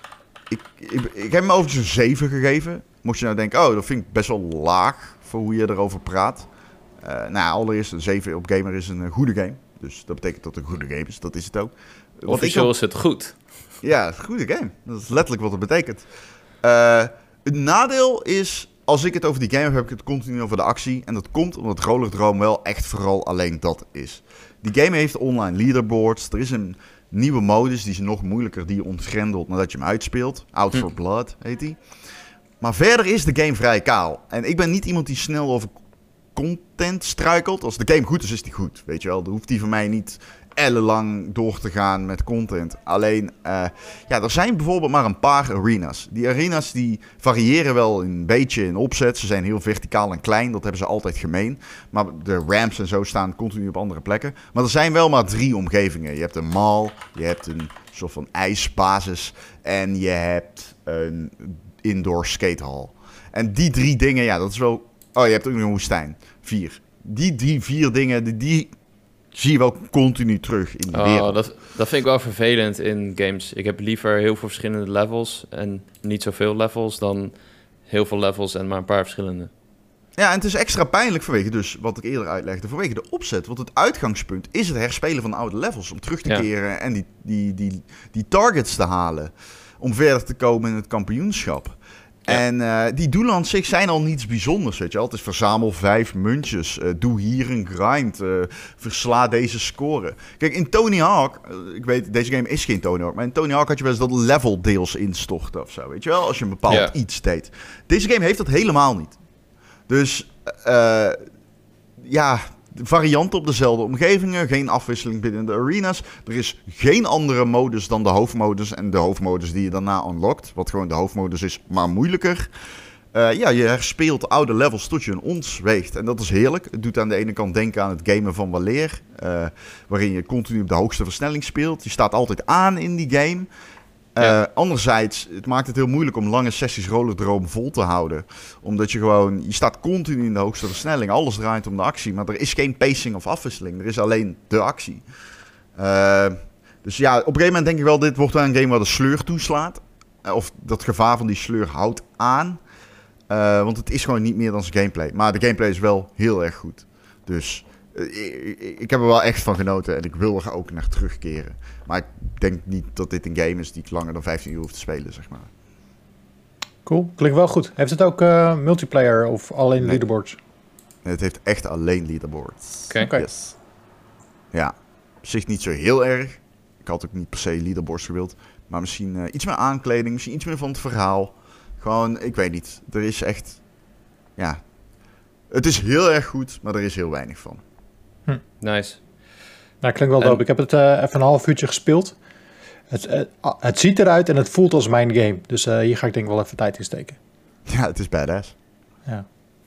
Ik, ik, ik heb hem overigens een zeven gegeven. Mocht je nou denken, oh, dat vind ik best wel laag voor hoe je erover praat. Uh, nou, allereerst, een zeven op Gamer is een uh, goede game. Dus dat betekent dat het een goede game is. Dat is het ook. Officieel ook, is het goed. Ja, een goede game. Dat is letterlijk wat het betekent. Uh, het nadeel is, als ik het over die game heb, heb ik het continu over de actie. En dat komt omdat Roller Drome wel echt vooral alleen dat is. Die game heeft online leaderboards. Er is een... nieuwe modus, die is nog moeilijker, die je ontgrendelt nadat je hem uitspeelt. Out for Blood heet die. Maar verder is de game vrij kaal. En ik ben niet iemand die snel over content struikelt. Als de game goed is, is die goed. Weet je wel, dan hoeft die voor mij niet ellenlang door te gaan met content. Alleen, uh, ja, er zijn bijvoorbeeld maar een paar arenas. Die arenas die variëren wel een beetje in opzet. Ze zijn heel verticaal en klein, dat hebben ze altijd gemeen. Maar de ramps en zo staan continu op andere plekken. Maar er zijn wel maar drie omgevingen. Je hebt een mall, je hebt een soort van ijsbasis en je hebt een indoor skatehall. En die drie dingen, ja, dat is wel... Oh, je hebt ook nog een woestijn. Vier. Die drie, vier dingen, die... die zie je wel continu terug in de oh, wereld. Dat, dat vind ik wel vervelend in games. Ik heb liever heel veel verschillende levels en niet zoveel levels dan heel veel levels en maar een paar verschillende. Ja, en het is extra pijnlijk vanwege dus wat ik eerder uitlegde, vanwege de opzet. Want het uitgangspunt is het herspelen van oude levels om terug te ja. keren en die, die, die, die targets te halen om verder te komen in het kampioenschap. Ja. En uh, die doelen aan zich zijn al niets bijzonders, weet je wel. Het is verzamel vijf muntjes, uh, doe hier een grind, uh, versla deze score. Kijk, in Tony Hawk, uh, ik weet, deze game is geen Tony Hawk, maar in Tony Hawk had je wel eens dat level deels instorten of zo, weet je wel. Als je een bepaald ja. iets deed. Deze game heeft dat helemaal niet. Dus, uh, ja... varianten op dezelfde omgevingen, geen afwisseling binnen de arenas. Er is geen andere modus dan de hoofdmodus en de hoofdmodus die je daarna unlockt. Wat gewoon de hoofdmodus is, maar moeilijker. Uh, ja, je herspeelt oude levels tot je een ons weegt. En dat is heerlijk. Het doet aan de ene kant denken aan het gamen van weleer. Uh, waarin je continu op de hoogste versnelling speelt. Je staat altijd aan in die game. Ja. Uh, anderzijds, het maakt het heel moeilijk om lange sessies Rollerdrome vol te houden. Omdat je gewoon, je staat continu in de hoogste versnelling. Alles draait om de actie, maar er is geen pacing of afwisseling. Er is alleen de actie. Uh, dus ja, op een gegeven moment denk ik wel, dit wordt wel een game waar de sleur toeslaat. Uh, of dat gevaar van die sleur houdt aan. Uh, want het is gewoon niet meer dan zijn gameplay. Maar de gameplay is wel heel erg goed. Dus uh, ik, ik heb er wel echt van genoten. En ik wil er ook naar terugkeren. Maar ik denk niet dat dit een game is die ik langer dan vijftien uur hoef te spelen, zeg maar. Cool, klinkt wel goed. Heeft het ook uh, multiplayer of alleen nee. leaderboards? Het heeft echt alleen leaderboards. Oké. Okay. Yes. Ja, op zich niet zo heel erg. Ik had ook niet per se leaderboards gewild. Maar misschien uh, iets meer aankleding, misschien iets meer van het verhaal. Gewoon, ik weet niet. Er is echt... Ja. Het is heel erg goed, maar er is heel weinig van. Hm. Nice. Nou, klinkt wel en... dope. Ik heb het uh, even een half uurtje gespeeld. Het, uh, het ziet eruit en het voelt als mijn game. Dus uh, hier ga ik denk ik wel even tijd in steken. Ja, het is badass. Ja.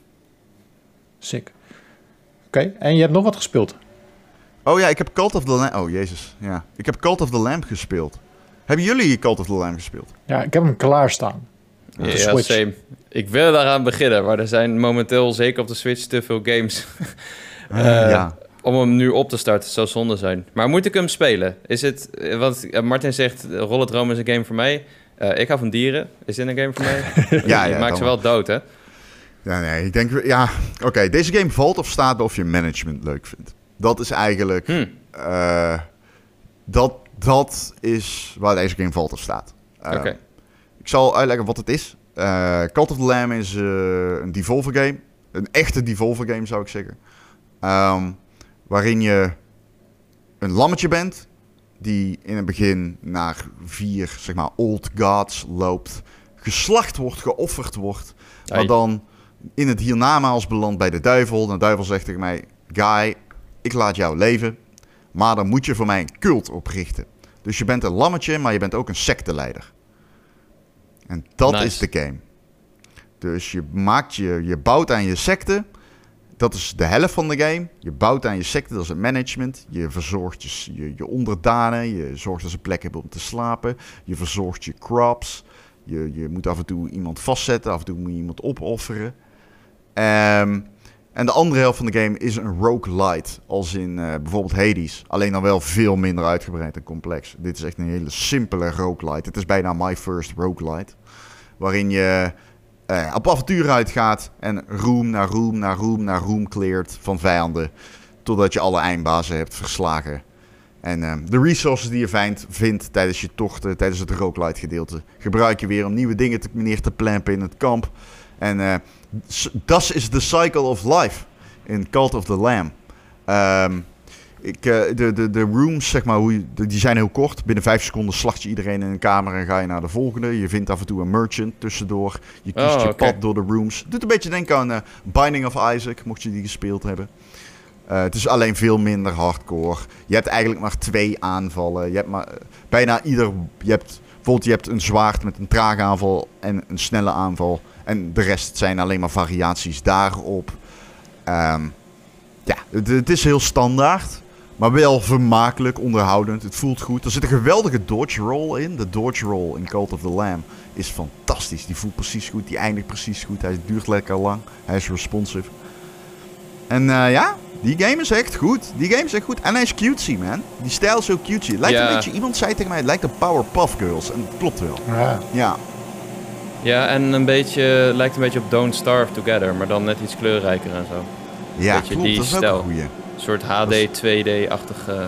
Sick. Oké, okay. En je hebt nog wat gespeeld? Oh ja, ik heb Cult of the Lamb... Oh, jezus. Ja. Ik heb Cult of the Lamb gespeeld. Hebben jullie Cult of the Lamb gespeeld? Ja, ik heb hem klaarstaan. Ja, ja, same. Ik wil daaraan beginnen, maar er zijn momenteel zeker op de Switch te veel games. uh, ja. Om hem nu op te starten, zou zonde zijn. Maar moet ik hem spelen? Is het, want Martin zegt, Rollerdrome is een game voor mij. Uh, ik hou van dieren. Is dit een game voor mij? ja, Je ja, maakt ze wel dood, hè? Ja, nee, ik denk... Ja, oké. Okay, deze game valt of staat of je management leuk vindt. Dat is eigenlijk... Hmm. Uh, dat, dat is waar deze game valt of staat. Uh, Oké. Okay. Ik zal uitleggen wat het is. Uh, Cult of the Lamb is uh, een Devolver game. Een echte Devolver game, zou ik zeggen. Um, waarin je een lammetje bent die in het begin naar vier, zeg maar, old gods loopt. Geslacht wordt, geofferd wordt. Ai. Maar dan in het hiernamaals belandt bij de duivel. De duivel zegt tegen mij, Guy, ik laat jou leven. Maar dan moet je voor mij een cult oprichten. Dus je bent een lammetje, maar je bent ook een secteleider. En dat nice. is de game. Dus je maakt je, je bouwt aan je secte. Dat is de helft van de game. Je bouwt aan je secte, dat is het management. Je verzorgt je, je, je onderdanen. Je zorgt dat ze plek hebben om te slapen. Je verzorgt je crops. Je, je moet af en toe iemand vastzetten. Af en toe moet je iemand opofferen. Um, en de andere helft van de game is een roguelite. Als in uh, bijvoorbeeld Hades. Alleen dan wel veel minder uitgebreid en complex. Dit is echt een hele simpele roguelite. Het is bijna my first roguelite. Waarin je uh, op avontuur uitgaat. En room naar room naar room naar room cleart van vijanden. Totdat je alle eindbazen hebt verslagen. En uh, de resources die je vindt, vindt tijdens je tochten, tijdens het roguelite gedeelte, gebruik je weer om nieuwe dingen te, neer te plampen in het kamp. En uh, dat is the cycle of life in Cult of the Lamb. Um, ik, uh, de, de, de rooms, zeg maar, hoe je, de, die zijn heel kort. Binnen vijf seconden slacht je iedereen in een kamer en ga je naar de volgende. Je vindt af en toe een merchant tussendoor. Je kiest oh, je okay. pad door de rooms. Doet een beetje denken aan uh, Binding of Isaac, mocht je die gespeeld hebben. Uh, het is alleen veel minder hardcore. Je hebt eigenlijk maar twee aanvallen. Je hebt maar uh, bijna ieder... Je hebt, bijvoorbeeld je hebt een zwaard met een trage aanval en een snelle aanval. En de rest zijn alleen maar variaties daarop. Um, ja, het, het is heel standaard. Maar wel vermakelijk, onderhoudend. Het voelt goed. Er zit een geweldige dodge roll in. De dodge roll in Cult of the Lamb is fantastisch. Die voelt precies goed. Die eindigt precies goed. Hij duurt lekker lang. Hij is responsive. En uh, ja, die game is echt goed. Die game is echt goed. En hij is cutesy, man. Die stijl is zo cutesy. Het lijkt ja. een beetje... Iemand zei tegen mij, het lijkt op Powerpuff Girls. En dat klopt wel. Ja. Ja. Ja, en een beetje, lijkt een beetje op Don't Starve Together, maar dan net iets kleurrijker en zo. Ja, klopt, die dat is stijl. ook een goeie. Een soort H D, twee D-achtig, uh,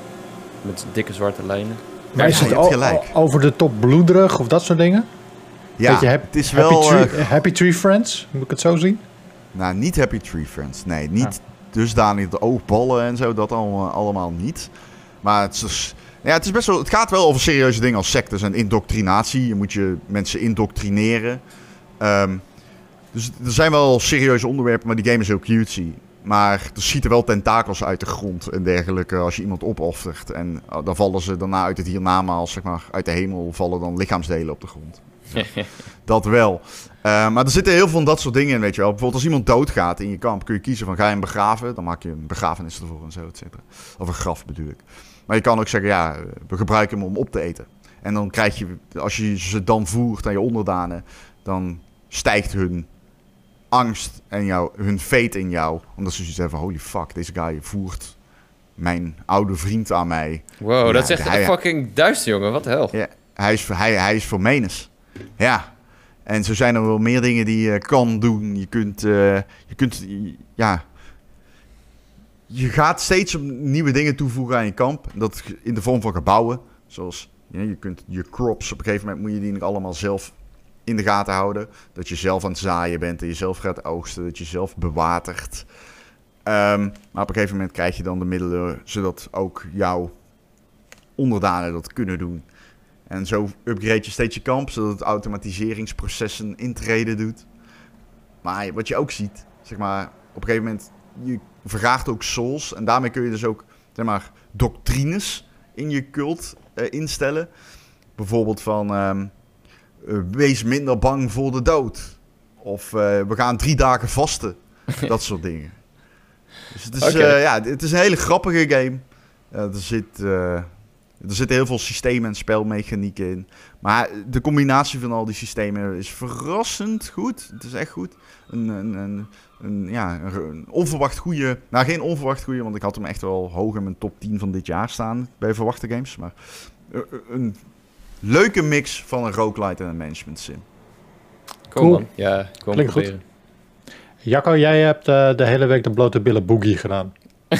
met dikke zwarte lijnen. Maar is het o- o- over de top bloederig of dat soort dingen? Ja, Beetje hap- het is happy wel... Tree, Uh, Happy Tree Friends, moet ik het zo zien? Nou, niet Happy Tree Friends, nee. Niet ja. dusdanig de oogballen en zo, dat allemaal, allemaal niet. Maar het is... Ja, het, is best wel, het gaat wel over serieuze dingen als sectes en indoctrinatie. Je moet je mensen indoctrineren. Um, dus er zijn wel serieuze onderwerpen, maar die game is heel cutesy. Maar er schieten wel tentakels uit de grond en dergelijke als je iemand opoffert. En uh, dan vallen ze daarna uit het hiernamaals, zeg maar, uit de hemel vallen dan lichaamsdelen op de grond. Ja, dat wel. Uh, maar er zitten heel veel van dat soort dingen in, weet je wel. Bijvoorbeeld als iemand doodgaat in je kamp, kun je kiezen van ga je hem begraven. Dan maak je een begrafenis ervoor en zo, et cetera. Of een graf bedoel ik. Maar je kan ook zeggen, ja, we gebruiken hem om op te eten. En dan krijg je, als je ze dan voert aan je onderdanen, dan stijgt hun angst en jou, hun fate in jou. Omdat ze zoiets hebben van, holy fuck, deze guy voert mijn oude vriend aan mij. Wow, ja, dat is echt hij, fucking duister, jongen. Wat de hel. Ja, hij is, hij, hij is voor Menes. Ja. En zo zijn er wel meer dingen die je kan doen. Je kunt, uh, je kunt, ja... Je gaat steeds nieuwe dingen toevoegen aan je kamp. Dat in de vorm van gebouwen. Zoals, ja, je kunt je crops, op een gegeven moment moet je die nog allemaal zelf in de gaten houden. Dat je zelf aan het zaaien bent en je zelf gaat oogsten. Dat je zelf bewatert. Um, maar op een gegeven moment krijg je dan de middelen, zodat ook jouw onderdanen dat kunnen doen. En zo upgrade je steeds je kamp, zodat het automatiseringsproces een intrede doet. Maar wat je ook ziet, zeg maar, op een gegeven moment, je vergaart ook souls. En daarmee kun je dus ook, zeg maar, doctrines in je cult uh, instellen. Bijvoorbeeld van, um, uh, wees minder bang voor de dood. Of uh, we gaan drie dagen vasten. Dat soort dingen. Dus het is, okay. uh, ja, het is een hele grappige game. Uh, er, zit, uh, er zitten heel veel systemen en spelmechanieken in. Maar de combinatie van al die systemen is verrassend goed. Het is echt goed. Een, een, een, een, ja, een onverwacht goede... Nou, geen onverwacht goede, want ik had hem echt wel hoog in mijn top tien van dit jaar staan bij verwachte games. Maar uh, een leuke mix van een roguelite en een management sim. Cool, cool. Man. Ja, kom Klinkt goed. Jacco, jij hebt uh, de hele week de blote billen boogie gedaan.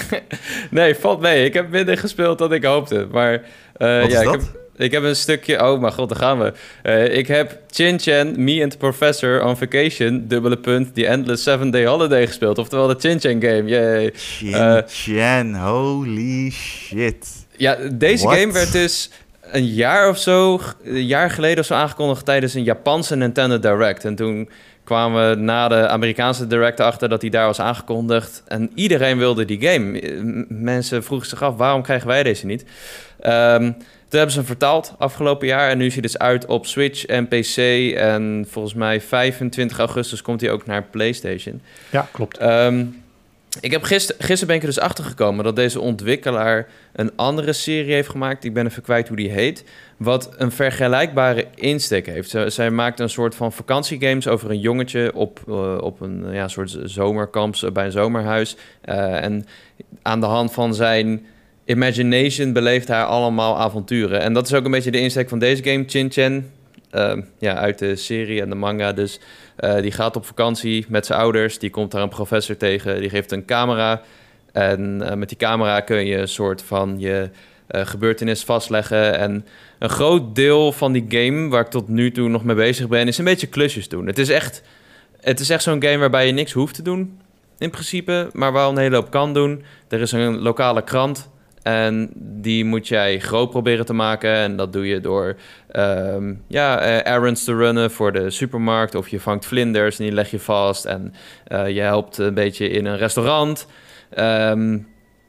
Nee, valt mee. Ik heb minder gespeeld dan ik hoopte. Maar uh, Wat ja, is dat? Ik, heb, ik heb een stukje... Oh mijn god, daar gaan we. Uh, ik heb Chin Chan, Me and the Professor on Vacation, dubbele punt, The Endless Seven Day Holiday gespeeld. Oftewel de Chin Chan game. Yay. Chin uh, Chan, holy shit. Ja, deze What? game werd dus een jaar of zo, een jaar geleden of zo aangekondigd tijdens een Japanse Nintendo Direct. En toen kwamen we na de Amerikaanse Direct achter dat die daar was aangekondigd. En iedereen wilde die game. Mensen vroegen zich af, waarom krijgen wij deze niet? Um, toen hebben ze hem vertaald afgelopen jaar. En nu is hij dus uit op Switch en P C. En volgens mij vijfentwintig augustus komt hij ook naar PlayStation. Ja, klopt. Um, ik heb gister, gisteren ben ik er dus achter gekomen dat deze ontwikkelaar een andere serie heeft gemaakt. Ik ben even kwijt hoe die heet. Wat een vergelijkbare insteek heeft. Z- zij maakt een soort van vakantiegames over een jongetje op, uh, op een ja, soort zomerkamp bij een zomerhuis. Uh, en aan de hand van zijn imagination beleeft hij allemaal avonturen. En dat is ook een beetje de insteek van deze game, Chin Chan. Uh, ja, uit de serie en de manga. Dus uh, die gaat op vakantie met zijn ouders. Die komt daar een professor tegen. Die geeft een camera. En uh, met die camera kun je een soort van je uh, gebeurtenis vastleggen. En een groot deel van die game, waar ik tot nu toe nog mee bezig ben, is een beetje klusjes doen. Het is echt, het is echt zo'n game waarbij je niks hoeft te doen, in principe. Maar wel een hele hoop kan doen. Er is een lokale krant. En die moet jij groot proberen te maken. En dat doe je door um, ja, uh, errands te runnen voor de supermarkt. Of je vangt vlinders en die leg je vast. En uh, je helpt een beetje in een restaurant. Um,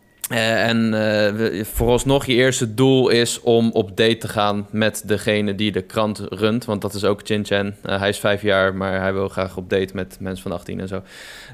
uh, en uh, vooralsnog je eerste doel is om op date te gaan met degene die de krant runt. Want dat is ook Chin Chan. Uh, hij is vijf jaar, maar hij wil graag op date met mensen van achttien en zo.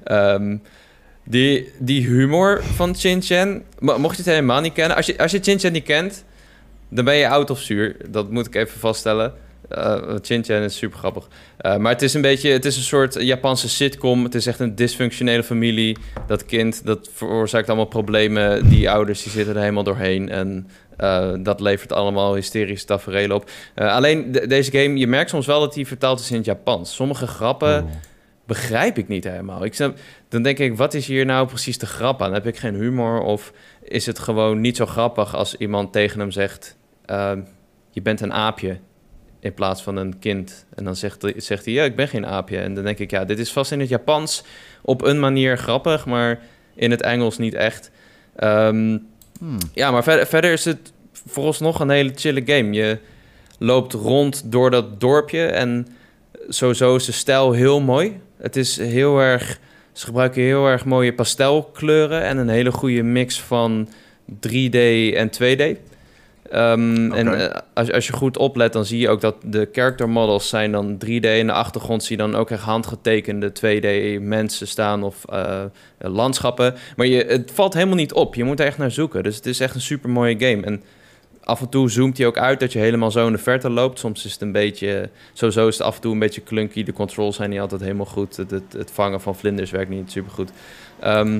Um, Die, die humor van Chin Chan, mocht je het helemaal niet kennen... Als je, als je Chin Chan niet kent, dan ben je oud of zuur. Dat moet ik even vaststellen. Uh, Chin Chan is super grappig. Uh, maar het is een beetje, het is een soort Japanse sitcom. Het is echt een dysfunctionele familie. Dat kind, dat veroorzaakt allemaal problemen. Die ouders, die zitten er helemaal doorheen. En uh, dat levert allemaal hysterische taferelen op. Uh, alleen, de, deze game, je merkt soms wel dat die vertaald is in het Japans. Sommige grappen... Oh. Begrijp ik niet helemaal. Ik snap, dan denk ik, wat is hier nou precies de grap aan? Heb ik geen humor of is het gewoon niet zo grappig als iemand tegen hem zegt... Uh, je bent een aapje in plaats van een kind. En dan zegt, zegt hij, ja, ik ben geen aapje. En dan denk ik, ja, dit is vast in het Japans op een manier grappig, maar in het Engels niet echt. Um, hmm. Ja, maar verder, verder is het vooralsnog een hele chille game. Je loopt rond door dat dorpje en sowieso is de stijl heel mooi. Het is heel erg... Ze gebruiken heel erg mooie pastelkleuren en een hele goede mix van drie D en twee D. Um, okay. En uh, als, als je goed oplet, dan zie je ook dat de character models zijn dan drie D. In de achtergrond zie je dan ook echt handgetekende twee D mensen staan of uh, landschappen. Maar je, het valt helemaal niet op. Je moet er echt naar zoeken. Dus het is echt een super mooie game. En af en toe zoomt hij ook uit dat je helemaal zo in de verte loopt. Soms is het een beetje... Sowieso is het af en toe een beetje clunky. De controls zijn niet altijd helemaal goed. Het, het, het vangen van vlinders werkt niet super goed. Um,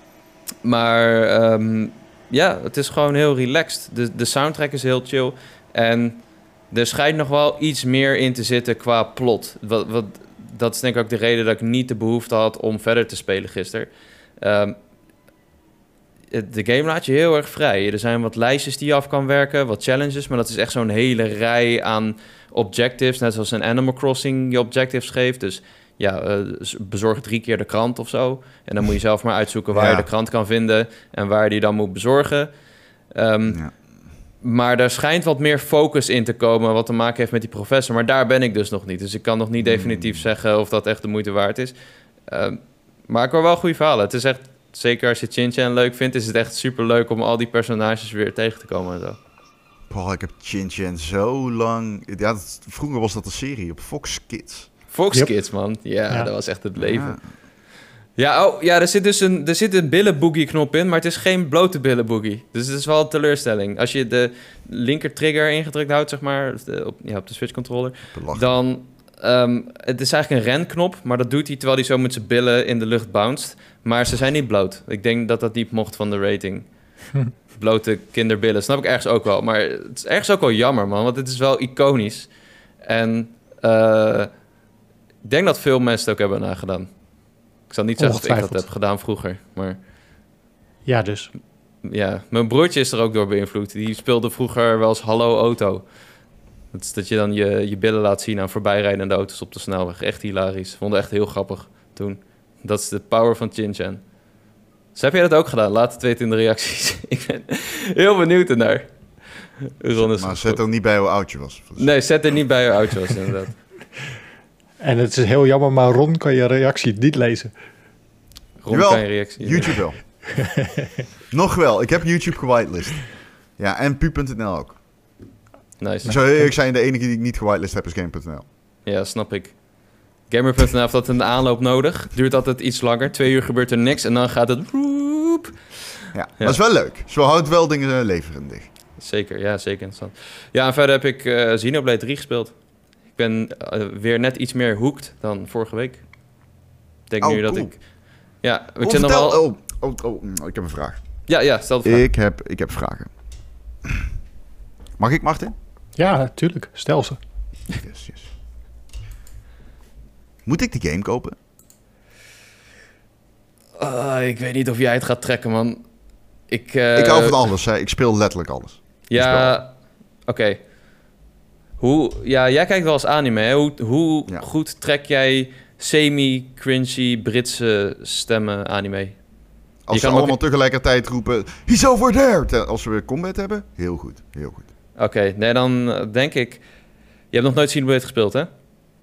maar um, ja, het is gewoon heel relaxed. De, de soundtrack is heel chill. En er schijnt nog wel iets meer in te zitten qua plot. Wat, wat, dat is denk ik ook de reden dat ik niet de behoefte had om verder te spelen gisteren. Um, de game laat je heel erg vrij. Er zijn wat lijstjes die je af kan werken, wat challenges, maar dat is echt zo'n hele rij aan objectives, net zoals een Animal Crossing je objectives geeft. Dus ja, uh, bezorg drie keer de krant of zo. En dan moet je zelf maar uitzoeken waar ja. je de krant kan vinden en waar je die dan moet bezorgen. Um, ja. Maar daar schijnt wat meer focus in te komen, wat te maken heeft met die professor. Maar daar ben ik dus nog niet. Dus ik kan nog niet definitief mm. zeggen of dat echt de moeite waard is. Uh, maar ik hoor wel goede verhalen. Het is echt, zeker als je Chin-Chan leuk vindt, is het echt super leuk om al die personages weer tegen te komen en zo. Boah, ik heb Chin-Chan zo lang... Ja, dat, vroeger was dat een serie op Fox Kids. Fox yep. Kids, man. Ja, ja, dat was echt het leven. Ja. Ja, oh, ja, er zit dus een, er zit een billenboogie knop in, maar het is geen blote billenboogie. Dus het is wel een teleurstelling. Als je de linker trigger ingedrukt houdt, zeg maar, de, op, ja, op de Switch controller, dan... Um, het is eigenlijk een renknop, maar dat doet hij terwijl hij zo met zijn billen in de lucht bounced. Maar ze zijn niet bloot. Ik denk dat dat niet mocht van de rating. Blote kinderbillen, snap ik ergens ook wel. Maar het is ergens ook wel jammer, man, want het is wel iconisch. En uh, ik denk dat veel mensen het ook hebben nagedaan. Ik zal niet zeggen dat ik dat heb gedaan vroeger, maar... Ja, dus. Ja, mijn broertje is er ook door beïnvloed. Die speelde vroeger wel eens Hallo Auto. Dat is dat je dan je, je billen laat zien aan voorbijrijdende auto's op de snelweg. Echt hilarisch. Vond het echt heel grappig toen. Dat is de power van Chin-Chan. Dus heb jij dat ook gedaan? Laat het weten in de reacties. Ik ben heel benieuwd ernaar. Ron is maar zet er niet bij hoe oud je was. Nee, zet er niet bij hoe oud je was, inderdaad. En het is heel jammer, maar Ron kan je reactie niet lezen. Ron Jawel, kan je reactie... YouTube wel. Nog wel. Ik heb YouTube gewitelist. Ja, en pu punt n l ook. Nice. Ik zou heel eerlijk zijn, de enige die ik niet gewitelist heb is game punt n l. Ja, snap ik. Gamer punt n l heeft dat in de aanloop nodig. Duurt altijd iets langer. Twee uur gebeurt er niks en dan gaat het... Roep. Ja, ja, maar het is wel leuk. Zo houdt wel dingen levendig. Zeker, ja, zeker interessant. Ja, en verder heb ik uh, Xenoblade drie gespeeld. Ik ben uh, weer net iets meer hooked dan vorige week. Ik denk oh, nu dat cool. ik... Ja, ik oh, zit nog wel... Oh, oh, oh, ik heb een vraag. Ja, ja, stel de vraag. Ik heb, ik heb vragen. Mag ik, Martin? Ja, natuurlijk. Stel ze. Yes, yes. Moet ik die game kopen? Uh, ik weet niet of jij het gaat trekken, man. Ik, uh... ik hou van alles, hè. Ik speel letterlijk alles. Ja, oké. Okay. Hoe... Ja, jij kijkt wel eens anime, hè? Hoe, hoe ja. goed trek jij semi-cringy Britse stemmen anime? Als ze allemaal ook... tegelijkertijd roepen... He's over there! Als we weer combat hebben, heel goed, heel goed. Oké, okay, nee, dan denk ik... Je hebt nog nooit Xenoblade gespeeld, hè?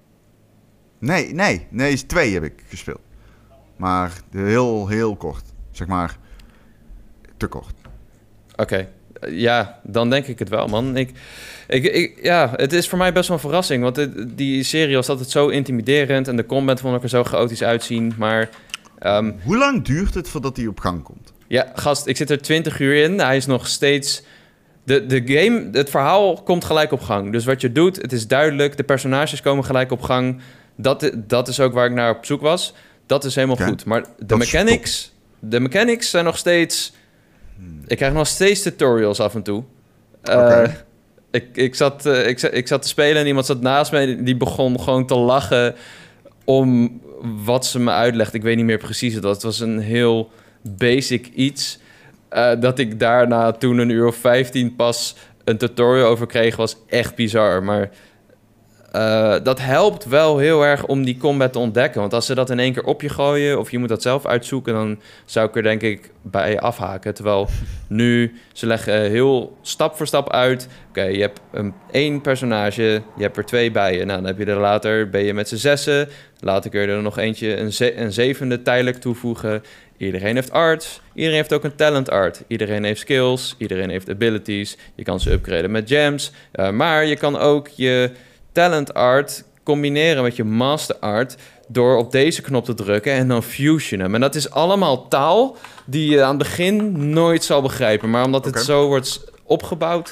Nee, nee. Nee, twee heb ik gespeeld. Maar heel, heel kort. Zeg maar, te kort. Oké. Okay. Ja, dan denk ik het wel, man. Ik, ik, ik, ja, het is voor mij best wel een verrassing. Want het, die serie was altijd zo intimiderend... en de combat vond ik er zo chaotisch uitzien, maar... Um, Hoe lang duurt het voordat hij op gang komt? Ja, gast, ik zit er twintig uur in. Hij is nog steeds... De, de game, het verhaal komt gelijk op gang. Dus wat je doet, het is duidelijk. De personages komen gelijk op gang. Dat, dat is ook waar ik naar op zoek was. Dat is helemaal okay. goed. Maar de dat mechanics, de mechanics zijn nog steeds... Ik krijg nog steeds tutorials af en toe. Okay. Uh, ik, ik, zat, uh, ik, ik zat te spelen en iemand zat naast mij... die begon gewoon te lachen om wat ze me uitlegt. Ik weet niet meer precies wat. Het was een heel basic iets... Uh, dat ik daarna toen een uur of vijftien pas een tutorial over kreeg... was echt bizar. Maar uh, dat helpt wel heel erg om die combat te ontdekken. Want als ze dat in één keer op je gooien... of je moet dat zelf uitzoeken... dan zou ik er denk ik bij afhaken. Terwijl nu, ze leggen heel stap voor stap uit... Oké, okay, je hebt een, één personage, je hebt er twee bij je. Nou, dan heb je er later, ben je met z'n zessen... Later kun je er nog eentje, een, ze- een zevende tijdelijk toevoegen... Iedereen heeft arts, iedereen heeft ook een talent art. Iedereen heeft skills, iedereen heeft abilities. Je kan ze upgraden met gems. Uh, maar je kan ook je talent art combineren met je master art... door op deze knop te drukken en dan fusionen. En dat is allemaal taal die je aan het begin nooit zal begrijpen. Maar omdat okay. het zo wordt opgebouwd...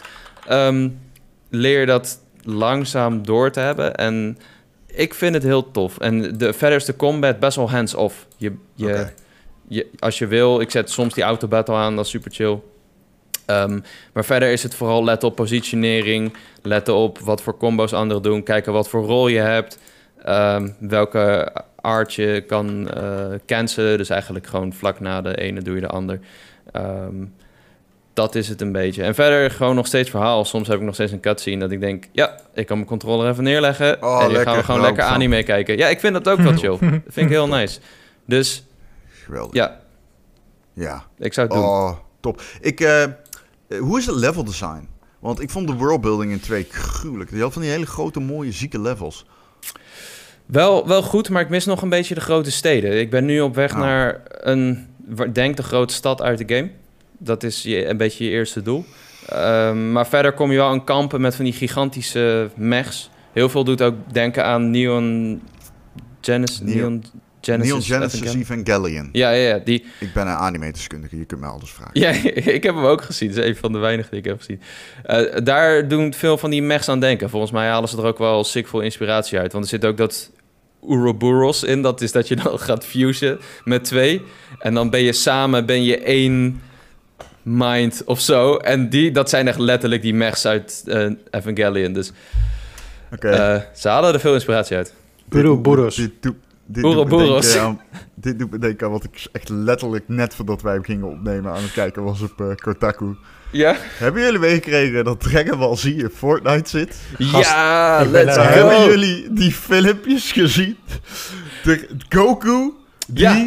um, leer je dat langzaam door te hebben. En ik vind het heel tof. En de, verder is de combat best wel hands-off. Je, je, Okay. je, als je wil, ik zet soms die auto-battle aan, dat is super chill. Um, maar verder is het vooral letten op positionering, letten op wat voor combo's anderen doen, kijken wat voor rol je hebt, um, welke art je kan uh, cancelen. Dus eigenlijk gewoon vlak na de ene doe je de ander. Um, dat is het een beetje. En verder gewoon nog steeds verhaal. Soms heb ik nog steeds een cutscene dat ik denk, ja, ik kan mijn controller even neerleggen Oh, en dan lekker. gaan we gewoon Nou, lekker van. anime kijken. Ja, ik vind dat ook wel chill. Dat vind ik heel nice. Dus Geweldig. ja, Ja. ik zou het doen. Oh, top. Ik, eh, eh, hoe is het level design? Want ik vond de worldbuilding in twee gruwelijk. Je had van die hele grote, mooie, zieke levels. Wel, wel goed, maar ik mis nog een beetje de grote steden. Ik ben nu op weg Oh. naar een, denk de grote stad uit de game. Dat is je, een beetje je eerste doel. Um, maar verder kom je wel aan kampen met van die gigantische mechs. Heel veel doet ook denken aan Neon Genesis. Neon- Neon Genesis. Neon Genesis Evangelion. Evangelion. Ja, ja, ja, die. Ik ben een anime-deskundige, je kunt mij alles vragen. Ja, ik heb hem ook gezien. Dat is een van de weinigen die ik heb gezien. Uh, daar doen veel van die mechs aan denken. Volgens mij halen ze er ook wel sick veel inspiratie uit. Want er zit ook dat Ouroboros in. Dat is dat je dan gaat fusen met twee. En dan ben je samen, ben je één mind of zo. En die, dat zijn echt letterlijk die mechs uit uh, Evangelion. Dus Oké. uh, ze halen er veel inspiratie uit. Ouroboros. Dit, dit, dit, Ouroboros. doet me denken aan- dit doet me denken aan wat ik echt letterlijk net voordat wij hem gingen opnemen aan het kijken was op uh, Kotaku. Ja? Hebben jullie meegekregen dat Dragon Ball Z in Fortnite zit? Ja, ik ben let's er go. Hebben jullie die filmpjes gezien? De Goku die Ja.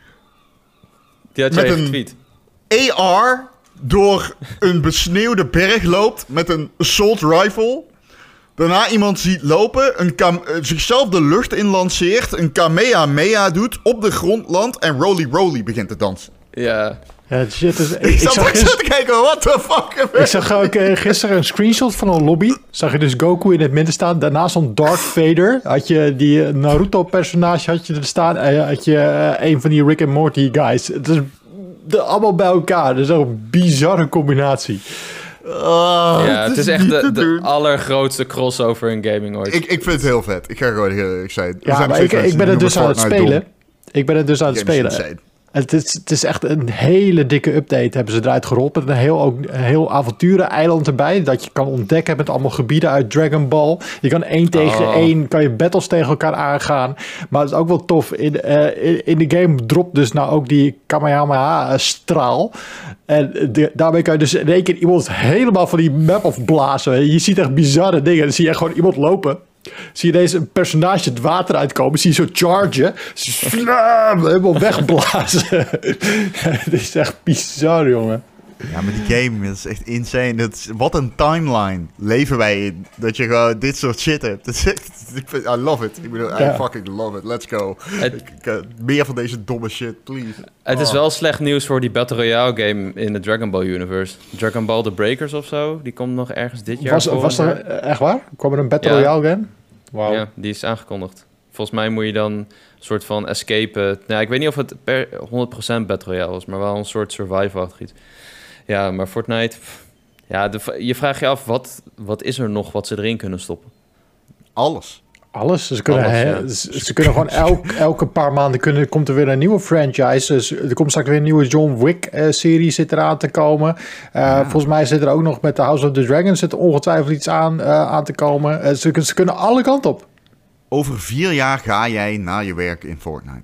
Die had jij Met een- getweet. A R door een besneeuwde berg loopt met een assault rifle. Daarna iemand ziet lopen, een kam- eh, zichzelf de lucht in lanceert, een Kamehameha doet, op de grond landt en Roly Roly begint te dansen. Ja. Ja, shit, dus, ik, Ik, ik zat zag ook gis- zo te kijken, what the fuck? ik zag ook eh, gisteren een screenshot van een lobby. Zag je dus Goku in het midden staan. Daarnaast stond Darth Vader. Had je die eh, Naruto-personage had je er staan. En had je eh, een van die Rick and Morty guys. Het is de, allemaal bij elkaar. Dat is ook een bizarre combinatie. Oh, Ja, het is echt niet de, te de doen. allergrootste crossover in gaming ooit. Ik, ik vind het heel vet. Ik ga gewoon heel eerlijk zijn. Er Ja, zijn maar nog ik, steeds ik mensen ben die het dus noemen aan het Fortnite spelen. Ik ben het dus aan het dom. Game is spelen. insane. Het is, het is echt een hele dikke update hebben ze eruit gerold. Met een heel, ook een heel avonturen-eiland erbij. Dat je kan ontdekken met allemaal gebieden uit Dragon Ball. Je kan één tegen Oh. één, kan je battles tegen elkaar aangaan. Maar het is ook wel tof. In, eh, in, in de game dropt dus nou ook die Kamehameha-straal. En de, daarmee kan je dus in één keer iemand helemaal van die map afblazen. Je ziet echt bizarre dingen. Dan zie je echt gewoon iemand lopen. Zie je deze een personage het water uitkomen. Zie je zo chargen. Slam, helemaal wegblazen. Het is echt bizar, jongen. Ja, maar die game, dat is echt insane. Dat is, wat een timeline leven wij in. Dat je gewoon dit soort shit hebt. Dat is echt, ik vind- I love it. Ik bedoel, Ja. I fucking love it. Let's go. Het- Ik, ik, uh, meer van deze domme shit, please. Het is Oh. wel slecht nieuws voor die Battle Royale game in de Dragon Ball universe. Dragon Ball The Breakers of zo, die komt nog ergens dit jaar. Was, voor. was er eh, echt waar? Kwam er een Battle Ja. Royale game? Wauw. Ja, die is aangekondigd. Volgens mij moet je dan een soort van escapen. Nou, ik weet niet of het per honderd procent Battle Royale was, maar wel een soort survival-achtig iets. Ja, maar Fortnite... pff, ja, de, je vraagt je af, wat, wat is er nog wat ze erin kunnen stoppen? Alles. Alles. Ze kunnen, Alles, hè, ja. ze, ze kunnen gewoon elk, elke paar maanden kunnen, komt er weer een nieuwe franchise. Dus er komt straks weer een nieuwe John Wick-serie zit eraan te komen. Uh, Volgens mij zit er ook nog met de House of the Dragon zit er ongetwijfeld iets aan, uh, aan te komen. Uh, ze, ze kunnen alle kanten op. Over vier jaar ga jij naar je werk in Fortnite.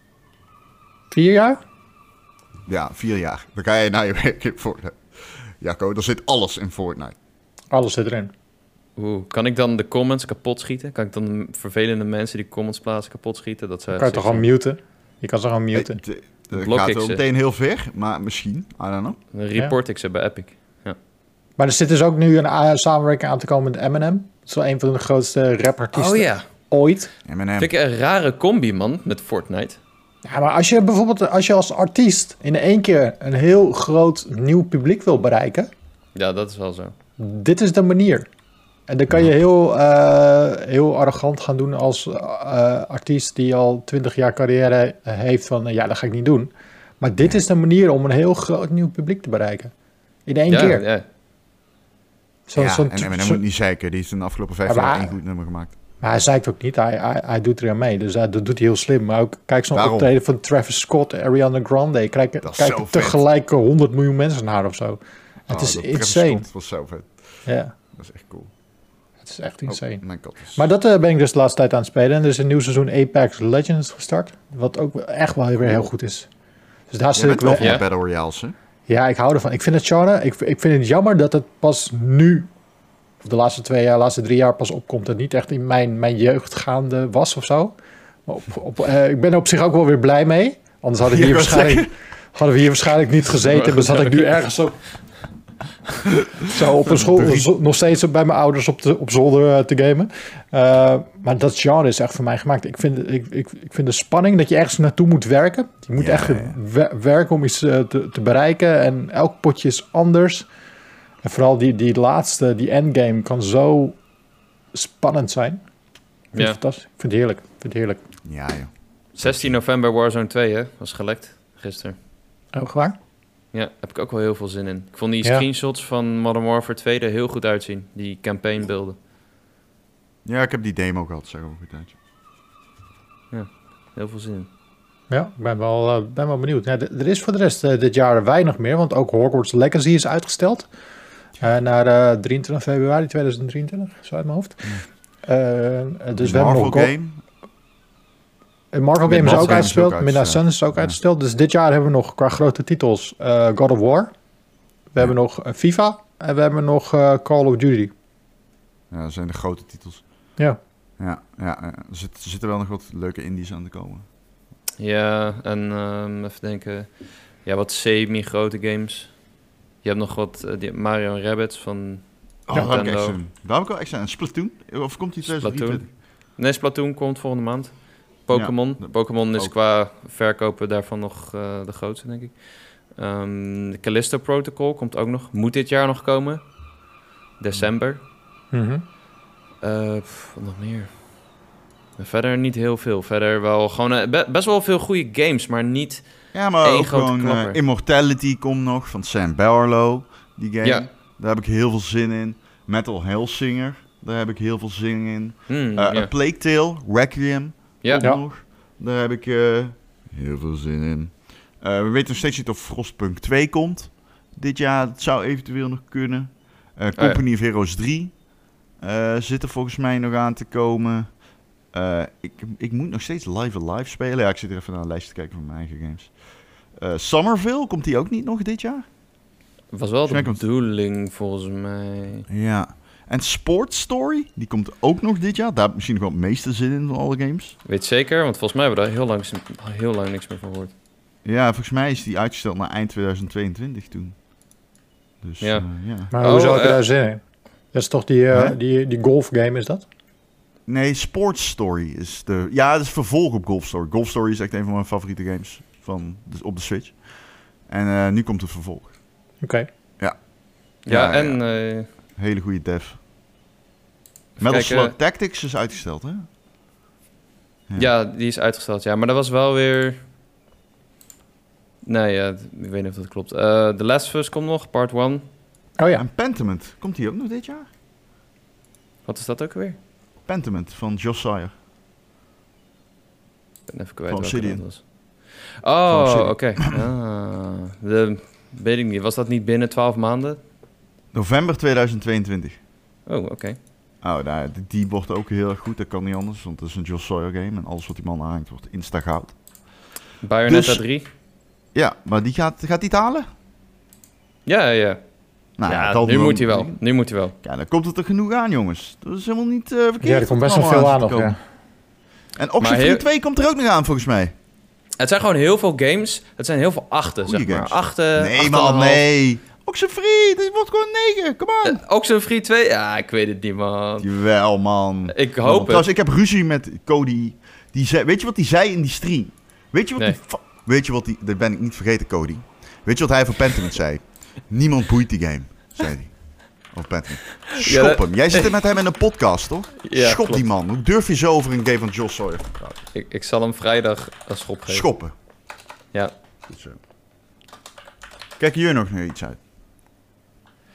Vier jaar? Ja, vier jaar. Dan ga jij naar je werk in Fortnite. Jacco, er zit alles in Fortnite. Alles zit erin. Oeh, kan ik dan de comments kapot schieten? Kan ik dan de vervelende mensen die comments plaatsen kapot schieten? Dat zou Kan je toch gewoon muten? Je kan ze gewoon muten. Eh, de- Dat Blok gaat ik wel ze. meteen heel ver, maar misschien. I don't know. Dan report ik ze bij Epic. Maar er zit dus ook nu een uh, samenwerking aan te komen met Eminem. Dat is wel een van de grootste rapartiesten Oh ja. ooit. M en M. Vind ik een rare combi, man, met Fortnite. Ja, maar als je bijvoorbeeld als je als artiest in één keer een heel groot nieuw publiek wil bereiken, Ja, dat is wel zo. dit is de manier. En dan kan je heel, uh, heel arrogant gaan doen als uh, artiest die al twintig jaar carrière heeft van, uh, ja, dat ga ik niet doen. Maar dit is de manier om een heel groot nieuw publiek te bereiken. In één ja, keer. Ja. Zo, ja, zo'n en, en, en zo- dat moet niet zeiken. Die is in de afgelopen vijf Ja, jaar maar- één goed nummer gemaakt. Maar hij zeikt ook niet. Hij, hij, hij doet er aan mee. Dus hij, dat doet hij heel slim. Maar ook, kijk zo'n Daarom. optreden van Travis Scott, Ariana Grande. Kijken, Dat is kijken zo vet. tegelijk honderd miljoen mensen naar of zo. Het Oh, is dat Travis insane. Scott was zo vet. Ja, Dat is echt cool. het is echt insane. Oh, mijn kat is... Maar dat eh, ben ik dus de laatste tijd aan het spelen. En er is een nieuw seizoen Apex Legends gestart. Wat ook echt wel weer heel goed is. Dus daar Je zit bent ik wel wel... van Ja. de Battle Royales, hè? Ja, ik hou ervan. Ik vind het genre... Ik, ik vind het jammer dat het pas nu... Of de laatste twee jaar, laatste drie jaar pas opkomt. En niet echt in mijn, mijn jeugd gaande was of zo. Maar op, op, eh, ik ben er op zich ook wel weer blij mee. Anders hadden we hier, Ja, ik wou waarschijnlijk, hadden we hier waarschijnlijk niet gezeten. Dan zat ik nu ergens zo... Zo op een school, zo- nog steeds bij mijn ouders op, de, op zolder eh, te gamen. Uh, maar dat genre is echt voor mij gemaakt. Ik vind, ik, ik, ik vind de spanning dat je ergens naartoe moet werken. Je moet Ja, echt ja. wer- werken om iets uh, te, te bereiken. En elk potje is anders. En vooral die, die laatste, die endgame, kan zo spannend zijn. Ik vind Ja. het fantastisch. Ik vind het heerlijk. Ik vind het heerlijk. Ja, joh. zestien november Warzone twee, hè? Was gelekt gisteren. Oh, waar? Ja, heb ik ook wel heel veel zin in. Ik vond die Ja. screenshots van Modern Warfare twee er heel goed uitzien. Die campaign beelden. Ja, ik heb die demo gehad, zeg ook een goed tijdje. Heel veel zin in. Ja, ik ben wel, uh, ben wel benieuwd. Ja, d- er is voor de rest uh, dit jaar weinig meer, want ook Hogwarts Legacy is uitgesteld. Uh, naar uh, drieëntwintig februari tweeduizend drieëntwintig, zo uit mijn hoofd. Uh, dus we hebben Marvel nog Go- game. Een Marvel Midnight Game is ook Suns uitgespeeld. ook Midnight uitgesteld. Suns is ook Ja. uitgesteld. Dus dit jaar hebben we nog qua grote titels uh, God of War. We hebben nog uh, FIFA. En we hebben nog uh, Call of Duty. Ja, dat zijn de grote titels. Ja. Ja, ja, ja. Er, zit, er zitten wel nog wat leuke indies aan te komen. Ja, en um, even denken. Ja, wat semi-grote games. Je hebt nog wat uh, die Mario en Rabbids van Oh, daar heb ik Nintendo. echt zin in. Daar heb ik wel echt zin in. Splatoon? Of komt die tweeduizend drieëntwintig? Nee, Splatoon komt volgende maand. Pokémon. Ja, Pokémon is ook. qua verkopen daarvan nog uh, de grootste, denk ik. Um, de Callisto Protocol komt ook nog. Moet dit jaar nog komen. December. Mm-hmm. Uh, pff, wat nog meer? Verder niet heel veel. Verder wel gewoon uh, be- best wel veel goede games, maar niet... Ja, maar Eén ook grote gewoon klapper. uh, Immortality komt nog, van Sam Barlow, die game. Ja. Daar heb ik heel veel zin in. Metal Hellsinger, daar heb ik heel veel zin in. Hmm, Uh, ja. A Plague Tale, Requiem, Ja. ook Ja. nog. Daar heb ik uh, heel veel zin in. Uh, we weten nog steeds niet of Frostpunk twee komt. Dit jaar, dat zou eventueel nog kunnen. Uh, Company of Heroes drie uh, zit er volgens mij nog aan te komen. Uh, ik, ik moet nog steeds Live Alive spelen. Ja, ik zit er even naar een lijst te kijken van mijn eigen games. Uh, Somerville, komt die ook niet nog dit jaar? Was wel de Volgens mij komt- bedoeling, volgens mij. Ja. En Sports Story, die komt ook nog dit jaar. Daar heb ik misschien nog wel het meeste zin in van alle games. Weet zeker, want volgens mij hebben we daar heel lang, heel lang niks meer van gehoord. Ja, volgens mij is die uitgesteld naar eind tweeduizend tweeëntwintig toen. Dus Ja. uh, ja. Maar Oh, hoe zou ik uh, daar zin in? Dat is toch die, uh, Hè? die, die golfgame, is dat? Nee, Sports Story is de... Ja, dat is vervolg op Golf Story. Golf Story is echt een van mijn favoriete games van de, op de Switch. En uh, nu komt het vervolg. Oké. Okay. Ja, Ja, en... ja. Uh, Hele goede dev. even Metal kijken. Slug Tactics is uitgesteld, hè? Ja, die is uitgesteld, ja. Maar dat was wel weer... Nee, ja, ik weet niet of dat klopt. Uh, The Last of Us komt nog, part one. Oh ja. En Pentiment, komt die ook nog dit jaar? Wat is dat ook weer? Pentiment van Josh Sawyer. Ik ben even kwijt Van welke Obsidian. dat was. Van Oh, Obsidian. oké. Ah, de... Weet ik niet. Was dat niet binnen twaalf maanden? November tweeduizend tweeëntwintig. Oh, oké. Oh, nou, die, die wordt ook heel erg goed. Dat kan niet anders, want het is een Josh Sawyer game. En alles wat die man aanhangt wordt insta-goud. Bayonetta Dus- drie? Ja, maar die gaat, gaat die het halen? Ja, ja. Nou, ja, het zal nu wel- moet hij wel. Nu moet hij wel. Ja, dan komt het er genoeg aan, jongens. Dat is helemaal niet uh, verkeerd. Ja, er komt best wel allemaal veel aan zit nog, te ja. komen. En Oxenfree Maar heel- twee komt er ook nog aan, volgens mij. Het zijn gewoon heel veel games. Het zijn heel veel achten, Goeie zeg maar. games. Achten, nee, acht en man, een half. nee. Oxenfree, dit wordt gewoon negen. Kom aan. Uh, Oxenfree twee? Ja, ik weet het niet, man. Jawel, man. Ik Man, hoop het. Trouwens, ik heb ruzie met Cody. Die zei, weet je wat hij zei in die stream? Weet je wat Nee. die... fa- Weet je wat die... Dat ben ik niet vergeten, Cody. Weet je wat hij voor Pentiment zei? Niemand boeit die game, zei hij. Over Pentiment. Schop dat- hem. Jij zit er met hem in een podcast, toch? Ja, Schop klopt. die man. Hoe durf je zo over een game van Josh Sawyer te praten? Ik, ik zal hem vrijdag een schop geven. Schoppen. Ja. Goed zo. Kijk hier nog naar iets uit.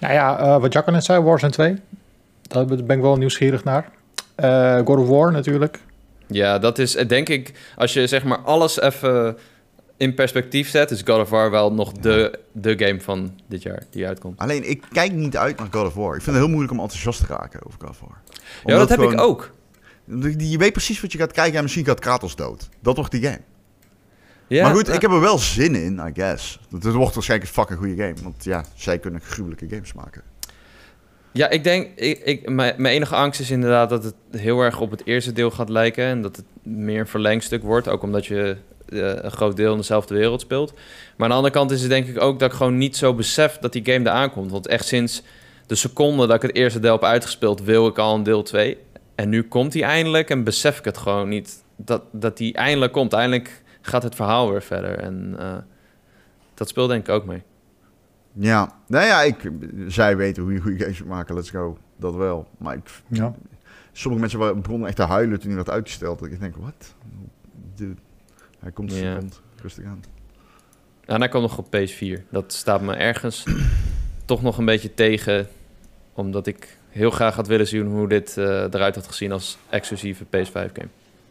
Nou ja, uh, wat Jacco net zei, Warzone twee. Daar ben ik wel nieuwsgierig naar. Uh, God of War natuurlijk. Ja, dat is denk ik... Als je zeg maar alles even in perspectief zet... is God of War wel nog de, de game van dit jaar die uitkomt. Alleen, ik kijk niet uit naar God of War. Ik vind het heel moeilijk om enthousiast te raken over God of War. Omdat ja, dat heb gewoon, ik ook. Je weet precies wat je gaat kijken en misschien gaat Kratos dood. Dat wordt die game. Ja, maar goed, uh, ik heb er wel zin in, I guess. Het wordt waarschijnlijk een fucking goede game. Want ja, zij kunnen gruwelijke games maken. Ja, ik denk... Ik, ik, mijn, mijn enige angst is inderdaad dat het heel erg op het eerste deel gaat lijken. En dat het meer een verlengstuk wordt. Ook omdat je uh, een groot deel in dezelfde wereld speelt. Maar aan de andere kant is het denk ik ook dat ik gewoon niet zo besef dat die game eraan komt. Want echt sinds de seconde dat ik het eerste deel heb uitgespeeld... wil ik al een deel twee. En nu komt die eindelijk en besef ik het gewoon niet. Dat, dat die eindelijk komt. Eindelijk gaat het verhaal weer verder. En uh, dat speelt denk ik ook mee. Ja, nou ja, ik, zij weten hoe je goede games moet maken, let's go. Dat wel. Maar ik, ja. sommige mensen begonnen echt te huilen toen hij werd uitgesteld. Dat ik denk, wat? Dude, hij komt, ja. komt rustig aan. En hij komt nog op P S vier. Dat staat me ergens toch nog een beetje tegen. Omdat ik heel graag had willen zien hoe dit uh, eruit had gezien als exclusieve P S vijf game.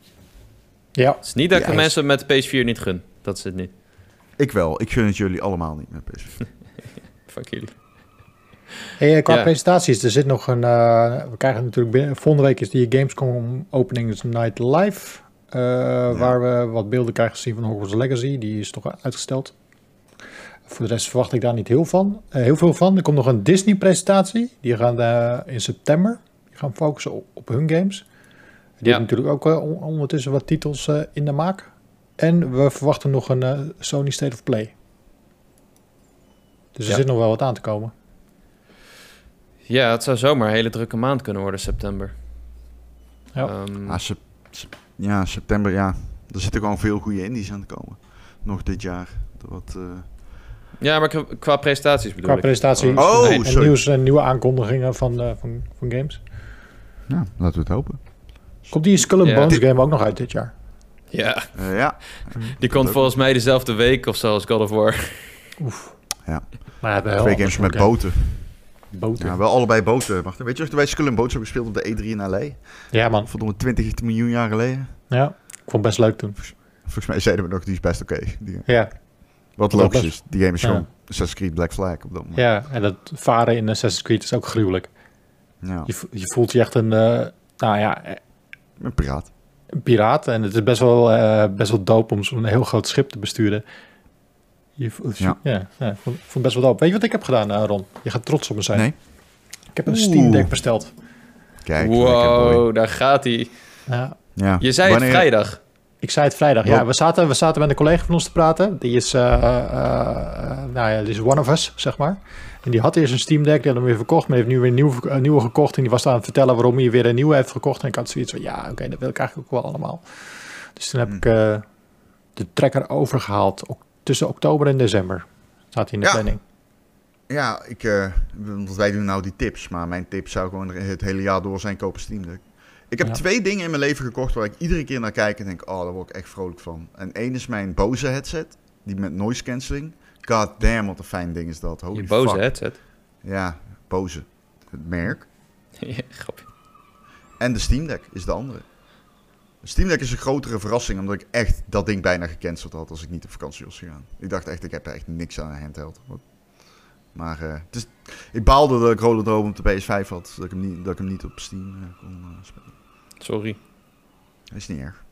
Ja. Het is niet dat ik ja, de mensen met de P S vier niet gun. Dat is het niet. Ik wel. Ik gun het jullie allemaal niet met P S vier. Fuck jullie. Hey, qua ja. presentaties, er zit nog een... Uh, we krijgen natuurlijk binnen... Volgende week is die Gamescom Opening Night Live. Uh, ja. Waar we wat beelden krijgen gezien van Hogwarts Legacy. Die is toch uitgesteld. Voor de rest verwacht ik daar niet heel, van, uh, heel veel van. Er komt nog een Disney-presentatie. Die gaan uh, in september. Die gaan focussen op, op hun games. Die ja. hebben natuurlijk ook uh, on- ondertussen wat titels uh, in de maak. En we verwachten nog een uh, Sony State of Play. Dus er ja. zit nog wel wat aan te komen. Ja, het zou zomaar een hele drukke maand kunnen worden, september. Ja, um, ah, sep- sep- ja september, ja. Er zitten gewoon veel goede indies aan te komen. Nog dit jaar. Wat, uh... Ja, maar qua presentaties bedoel qua ik. Qua presentaties oh, en, en nieuws en nieuwe aankondigingen van, uh, van, van games. Ja, laten we het hopen. Komt die Skull and ja. Bones game ook nog uit dit jaar? Ja. Uh, ja. Die komt volgens mij dezelfde week of zo als God of War. Oef. Ja. Maar Twee games met game. boten. Boten. Ja, wel allebei boten. Wacht, weet je nog dat wij Skull and Bones hebben gespeeld op de E drie in L A? Ja, man. Verdomme twintig miljoen jaar geleden. Ja, ik vond het best leuk toen. Volgens mij zeiden we nog, die is best oké. Okay. Ja. Wat logisch is, die game is ja. gewoon Assassin's Creed Black Flag op dat moment. Ja, en dat varen in Assassin's Creed is ook gruwelijk. Ja. Je, je voelt je echt een, uh, nou ja... Een piraat. Een piraat. En het is best wel, uh, best wel dope om zo'n heel groot schip te besturen. Je voelt, ja. Ja, ja, vond, vond best wel dope. Weet je wat ik heb gedaan, uh, Ron? Je gaat trots op me zijn. Nee. Ik heb een Steam Deck besteld. Kijk. Wow, daar gaat hij. Ja. Ja. Je zei Wanneer... het vrijdag. Ik zei het vrijdag. Ja, we zaten, we zaten met een collega van ons te praten. Die is, uh, uh, uh, nou ja, die is one of us, zeg maar. En die had eerst een Steam Deck, die had hem weer verkocht, maar heeft nu weer een nieuwe, een nieuwe gekocht. En die was aan het vertellen waarom hij weer een nieuwe heeft gekocht. En ik had zoiets van, ja, oké, okay, dat wil ik eigenlijk ook wel allemaal. Dus toen heb hmm. ik uh, de trekker overgehaald. Ook tussen oktober en december staat hij in de ja. planning. Ja, ik, uh, want wij doen nou die tips, maar mijn tip zou gewoon het hele jaar door zijn kopen Steam Deck. Ik heb ja. twee dingen in mijn leven gekocht waar ik iedere keer naar kijk en denk, oh, daar word ik echt vrolijk van. En één is mijn Bose headset, die met noise cancelling. God damn, wat een fijn ding is dat. Holy Je Bose fuck. headset? Ja, Bose. Het merk. Ja, grapje. En de Steam Deck is de andere. De Steam Deck is een grotere verrassing, omdat ik echt dat ding bijna gecanceld had als ik niet op vakantie was gegaan. Ik dacht echt, ik heb er echt niks aan een handheld. Maar uh, het is, ik baalde dat ik Roller Drome op de P S vijf had, dat ik hem niet, dat ik hem niet op Steam uh, kon uh, spelen. Sorry. Dat is niet erg.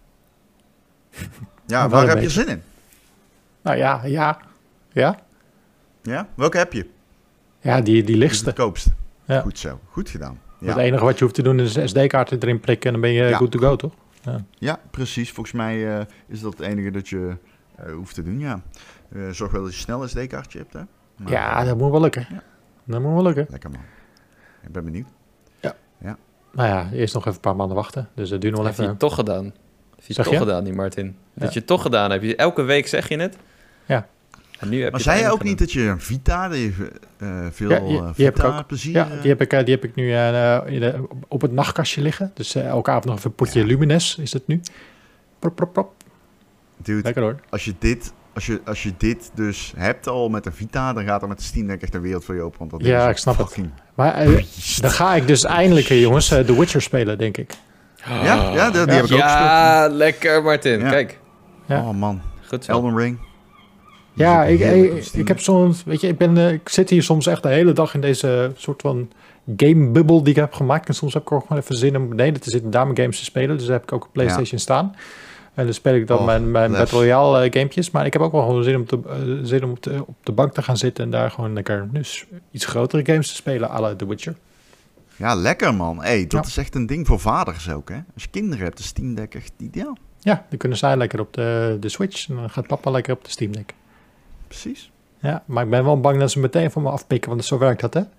Ja, waar heb beetje. je zin in? Nou ja, ja. Ja? Ja? Welke heb je? Ja, die, die lichtste. Het koopste. Ja. Goed zo. Goed gedaan. Ja. Het enige wat je hoeft te doen is de S D-kaart erin prikken en dan ben je ja. good to go, toch? Ja, ja precies. Volgens mij uh, is dat het enige dat je uh, hoeft te doen, ja. Uh, zorg wel dat je snel een S D-kaartje hebt, hè? Maar, ja, dat moet wel lukken. Ja. Dat moet wel lukken. Lekker, man. Ik ben benieuwd. Ja. ja. Nou ja, eerst nog even een paar maanden wachten. Dus dat duurt nog wel heb even. Heb je het toch gedaan? Heb je het toch je? gedaan, die Martin? Ja. Dat je het toch gedaan hebt. Elke week zeg je het. Ja. En nu heb maar je zei je ook gedaan. niet dat je een Vita, die uh, veel ja, die, die uh, Vita heb ik ook. plezier... Ja, die heb ik, uh, die heb ik nu uh, in de, op het nachtkastje liggen. Dus uh, elke avond nog even een potje ja. Lumines is het nu. Prop, prop, prop. Dude, lekker hoor. Als je dit als je, als je dit dus hebt al met een Vita, dan gaat er met de Steam Deck echt een wereld voor je open. Want dat Ja, is ik snap fucking... het. Maar uh, dan ga ik dus eindelijk, uh, jongens, uh, The Witcher spelen, denk ik. Ja, ja die, die heb ik ook Ja, gespeeld. lekker Martin. Ja. Kijk, Ja. Oh man, goed zo. Elden Ring. Ja, Die is ik, ook heerlijk op ik, Steam. ik heb zo'n, weet je, ik, ben, uh, ik zit hier soms echt de hele dag in deze soort van game-bubble die ik heb gemaakt. En soms heb ik ook gewoon even zin om beneden te zitten, daar mijn games te spelen. Dus daar heb ik ook een PlayStation staan. En dan speel ik dan Oh, mijn, mijn les. Battle Royale uh, gamepjes. Maar ik heb ook wel gewoon zin om, te, uh, zin om op, de, op de bank te gaan zitten en daar gewoon lekker dus iets grotere games te spelen, à la The Witcher. Ja, lekker man. Hey, dat Ja. is echt een ding voor vaders ook, hè. Als je kinderen hebt, de Steam Deck echt ideaal. Ja, dan kunnen zij lekker op de, de Switch en dan gaat papa lekker op de Steam Deck. Precies. Ja, maar ik ben wel bang dat ze meteen van me afpikken, want zo werkt dat, hè?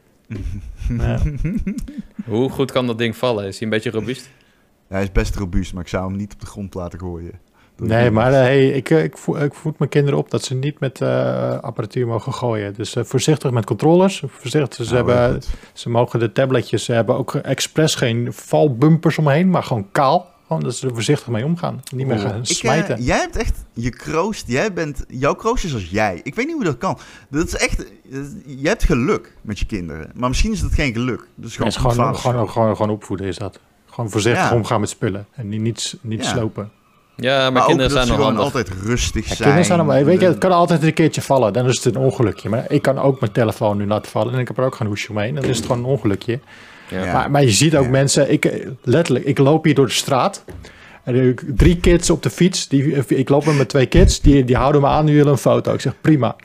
Ja. Hoe goed kan dat ding vallen? Is hij een beetje robuust? Hij is best robuust, maar ik zou hem niet op de grond laten gooien. Dat Nee, is- maar uh, hey, ik, uh, ik, voed, ik voed mijn kinderen op dat ze niet met uh, apparatuur mogen gooien. Dus uh, voorzichtig met controllers. Voorzichtig, ze, Nou, heel hebben, goed. ze mogen de tabletjes, ze hebben ook expres geen valbumpers omheen, maar gewoon kaal. Gewoon dat ze er voorzichtig mee omgaan. Niet meer gaan Ik, eh, smijten. jij hebt echt je kroost. Jij bent, jouw kroost is als jij. Ik weet niet hoe dat kan. Dat is echt. Je hebt geluk met je kinderen. Maar misschien is dat geen geluk. Dat is Het gewoon, is goed gewoon, vaderschap. gewoon, gewoon, gewoon opvoeden is dat. Gewoon voorzichtig Ja. omgaan met spullen. En niet, niet, niet Ja. slopen. Ja, maar, Maar ook kinderen dat zijn ze nog gewoon handig. altijd rustig Ja, zijn. kinderen zijn allemaal, weet je, het kan altijd een keertje vallen. Dan is het een ongelukje. Maar ik kan ook mijn telefoon nu laten vallen. En ik heb er ook geen hoesje omheen. Dan is het gewoon een ongelukje. Ja. Ja. Maar, maar je ziet ook Ja. mensen, ik, letterlijk, ik loop hier door de straat. En ik- drie kids op de fiets. Die, ik loop met mijn twee kids. Die, die houden me aan, die willen een foto. Ik zeg prima.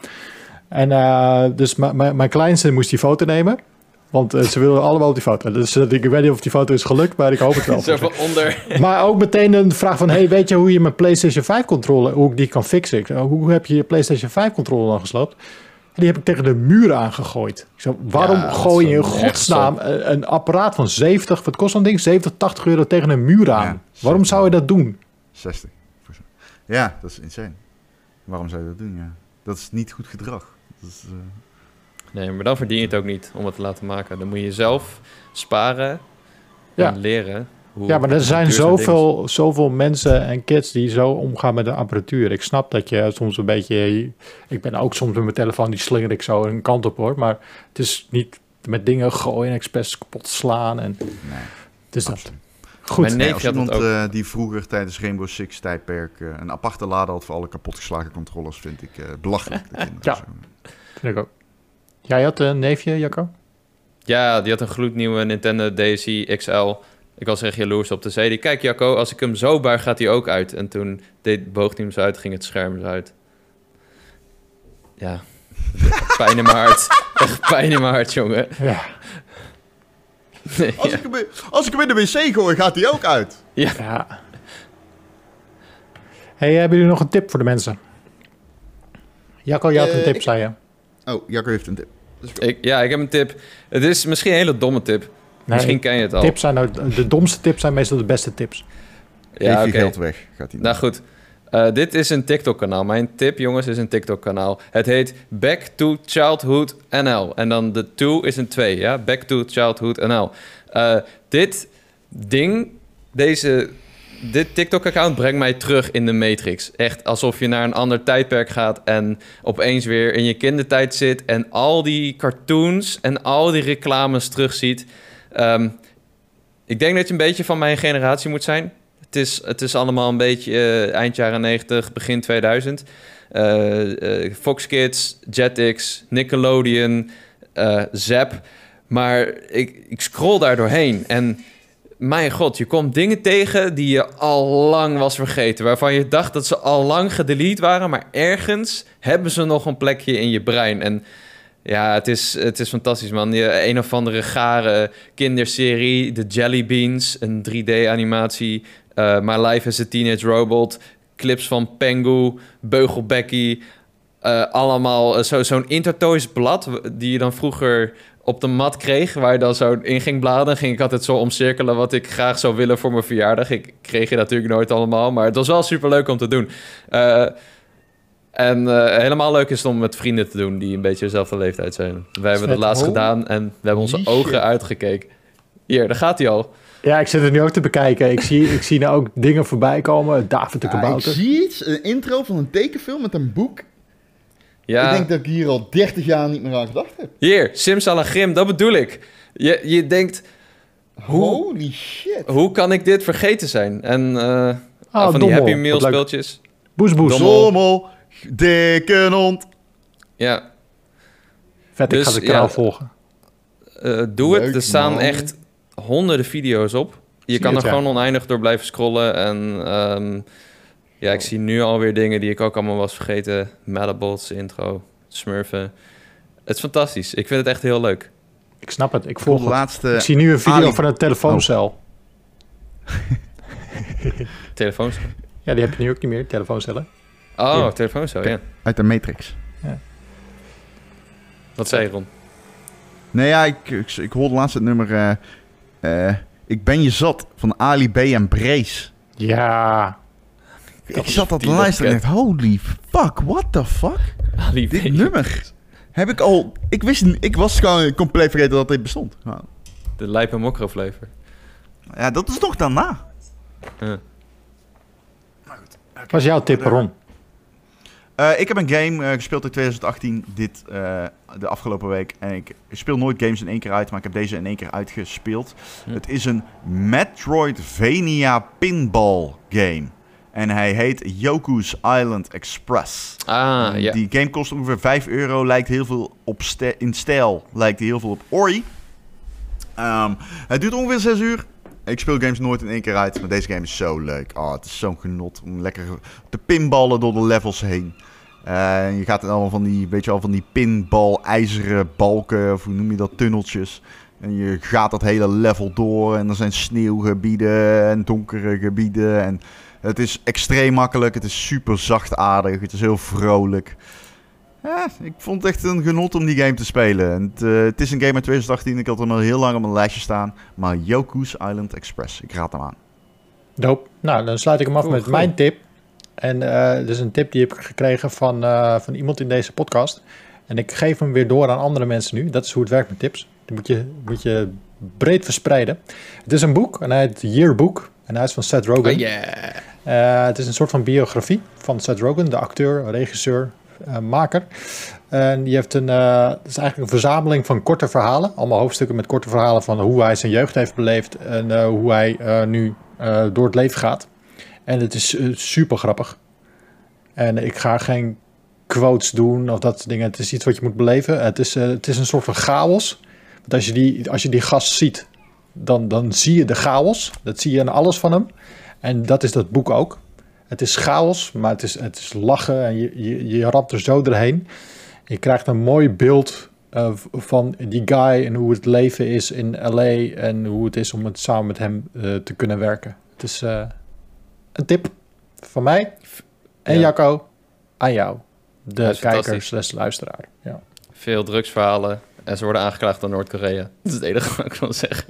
En uh, dus m- m- mijn kleinste moest die foto nemen. Want uh, ze wilden allemaal op die foto. Dus uh, ik weet niet of die foto is gelukt, maar ik hoop het wel. Zo van onder. Maar ook meteen een vraag van, hey, weet je hoe je mijn PlayStation vijf controller, hoe ik die kan fixen? Ik zei, hoe heb je je PlayStation vijf controller dan gesloopt? Die heb ik tegen de muur aangegooid. Ik zei, waarom Ja, dat gooi je in is wel godsnaam een, een apparaat van zeventig, wat kost zo'n ding? zeventig, tachtig euro tegen een muur aan. Ja, waarom zou je dat doen? zestig. Ja, dat is insane. Waarom zou je dat doen? Ja. Dat is niet goed gedrag. Dat is, uh... Nee, maar dan verdien je het ook niet om het te laten maken. Dan moet je zelf sparen Ja. en leren. Hoe Ja, maar er zijn duur zo'n ding is. zoveel, zoveel mensen en kids die zo omgaan met de apparatuur. Ik snap dat je soms een beetje... Ik ben ook soms met mijn telefoon, die slinger ik zo een kant op hoor. Maar het is niet met dingen gooien en expres kapot slaan. En Nee, het is dat. absoluut. Goed. Mijn Nee, neefje als had iemand dat ook. uh, die vroeger tijdens Rainbow Six tijdperk uh, een aparte lade had voor alle kapotgeslagen controllers, vind ik uh, belachelijk. De kinderen Ja. zo. Vind ik ook. Jij had een neefje, Jacco? Ja, die had een gloednieuwe Nintendo D S i X L. Ik was echt jaloers op. Toen zei hij, kijk Jacco, als ik hem zo buig, gaat hij ook uit. En toen deed, boog hij hem zo uit, ging het scherm zo uit. Ja, pijn in mijn hart. Echt pijn in mijn hart, jongen. Ja. Nee, Als, ja. ik hem, in- als ik hem in de wc gooi, gaat hij ook uit. ja. Hey, hebben jullie nog een tip voor de mensen? Jacco, jij had een Eh, tip, ik- zei je. Oh, Jacco heeft een tip. Ik, ja, ik heb een tip. Het is misschien een hele domme tip. Nee, misschien ken je het al. tips zijn nou, de domste tips zijn meestal de beste tips. Ja, Geef oké. je geld weg, gaat hij Nou goed, Uh, dit is een TikTok-kanaal. Mijn tip, jongens, is een TikTok-kanaal. Het heet Back to Childhood N L. En dan de two is een twee, ja? Back to Childhood N L. Uh, dit ding, deze, dit TikTok-account brengt mij terug in de Matrix. Echt alsof je naar een ander tijdperk gaat en opeens weer in je kindertijd zit en al die cartoons en al die reclames terugziet. Um, ik denk dat je een beetje van mijn generatie moet zijn. Het is, het is allemaal een beetje uh, eind jaren negentig, begin tweeduizend. Uh, uh, Fox Kids, Jetix, Nickelodeon, uh, Zap. Maar ik, ik scroll daar doorheen en mijn god, je komt dingen tegen die je al lang was vergeten. Waarvan je dacht dat ze al lang gedelete waren, maar ergens hebben ze nog een plekje in je brein. En ja, het is, het is fantastisch, man. Je, een of andere gare kinderserie, The Jelly Beans, een drie D-animatie. Uh, My Life as a Teenage Robot, clips van Pengu, Beugelbekkie. Uh, allemaal uh, zo, zo'n Intertoys blad die je dan vroeger op de mat kreeg, waar je dan zo in ging bladeren. Ging ik altijd zo omcirkelen wat ik graag zou willen voor mijn verjaardag. Ik kreeg je natuurlijk nooit allemaal, maar het was wel super leuk om te doen. Uh, en uh, helemaal leuk is het om met vrienden te doen die een beetje dezelfde leeftijd zijn. Wij hebben het laatst Oh. gedaan en we hebben onze Jeetje. ogen uitgekeken. Hier, daar gaat hij al. Ja, ik zit het nu ook te bekijken. Ik zie, ik zie nou ook dingen voorbij komen. David de Ja, ik Kabouter. zie iets, een intro van een tekenfilm met een boek. Ja. Ik denk dat ik hier al dertig jaar niet meer aan gedacht heb. Hier, Simsalagrim, dat bedoel ik. Je, je denkt, hoe, Holy shit. hoe kan ik dit vergeten zijn? En uh, Ah, van die Dommel. Happy Meal Wat leuk. speeltjes. Boes boes. Dommel. Dommel, dikke hond. Ja, Vet, ik Dus, ga de kanaal ja. volgen. uh, doe het. Leuk, Er staan man. echt honderden video's op. Je Zie kan het, er ja. gewoon oneindig door blijven scrollen. En um, ja, ik zie nu alweer dingen die ik ook allemaal was vergeten. Madabots, intro, Smurfen. Het is fantastisch. Ik vind het echt heel leuk. Ik snap het, ik Voor volg de het. laatste... Ik zie nu een video Ali. van een telefooncel. Telefoons. Ja, die heb je nu ook niet meer, telefooncellen. Oh, Ja. telefoons zo, ja. Uit de Matrix. Wat zei je, Ron? Nee, ja, ik, ik, ik hoorde laatst het nummer... eh, eh, ik ben je zat, van Ali B en Brace. Ja. Ik zat dat te die luisteren en dat dacht, holy fuck, what the fuck? Ali B. Dit nummer heb ik al... Ik wist niet, ik was gewoon compleet vergeten dat dit bestond. Nou, De Lijp en Mokro flavor. ja, dat is nog daarna. Ja. Wat was jouw tip, Ron? Uh, ik heb een game uh, gespeeld in twintig achttien, dit, uh, de afgelopen week. En ik speel nooit games in één keer uit, maar ik heb deze in één keer uitgespeeld. Hm. Het is een Metroidvania pinball game. En hij heet Yoku's Island Express. Ah, En ja. Die game kost ongeveer vijf euro, lijkt heel veel op st- in stijl, lijkt hij heel veel op Ori. Um, het duurt ongeveer zes uur. Ik speel games nooit in één keer uit, maar deze game is zo leuk. Oh, het is zo'n genot om lekker te pinballen door de levels heen. Uh, je gaat allemaal van die, weet je wel, van die pinbal ijzeren balken, of hoe noem je dat, tunneltjes. En je gaat dat hele level door en er zijn sneeuwgebieden en donkere gebieden. En het is extreem makkelijk, het is super zachtaardig, het is heel vrolijk. Ja, ik vond het echt een genot om die game te spelen. En het, uh, het is een game uit twintig achttien, ik had hem al heel lang op mijn lijstje staan. Maar Yoku's Island Express, ik raad hem aan. Doop. Nou, dan sluit ik hem af Cool, met cool. mijn tip. En uh, dit is een tip die heb ik gekregen van, uh, van iemand in deze podcast. En ik geef hem weer door aan andere mensen nu. Dat is hoe het werkt met tips. Die moet je, moet je breed verspreiden. Het is een boek en hij heet Yearbook. En hij is van Seth Rogen. Oh, yeah. Uh, het is een soort van biografie van Seth Rogen, de acteur, regisseur, uh, maker. En die heeft een, uh, het is eigenlijk een verzameling van korte verhalen. Allemaal hoofdstukken met korte verhalen van hoe hij zijn jeugd heeft beleefd. En uh, hoe hij uh, nu uh, door het leven gaat. En het is uh, super grappig. En ik ga geen quotes doen of dat soort dingen. Het is iets wat je moet beleven. Het is, uh, het is een soort van chaos. Want als je die, als je die gast ziet, dan, dan zie je de chaos. Dat zie je aan alles van hem. En dat is dat boek ook. Het is chaos, maar het is, het is lachen en je, je, je ramt er zo doorheen. Je krijgt een mooi beeld uh, van die guy en hoe het leven is in L A en hoe het is om het samen met hem uh, te kunnen werken. Het is uh, een tip van mij en Ja. Jacco aan jou, de Dat is kijker fantastisch. slash luisteraar. Ja. Veel drugsverhalen. En ze worden aangeklaagd door Noord-Korea. Dat is het enige wat ik wil zeggen.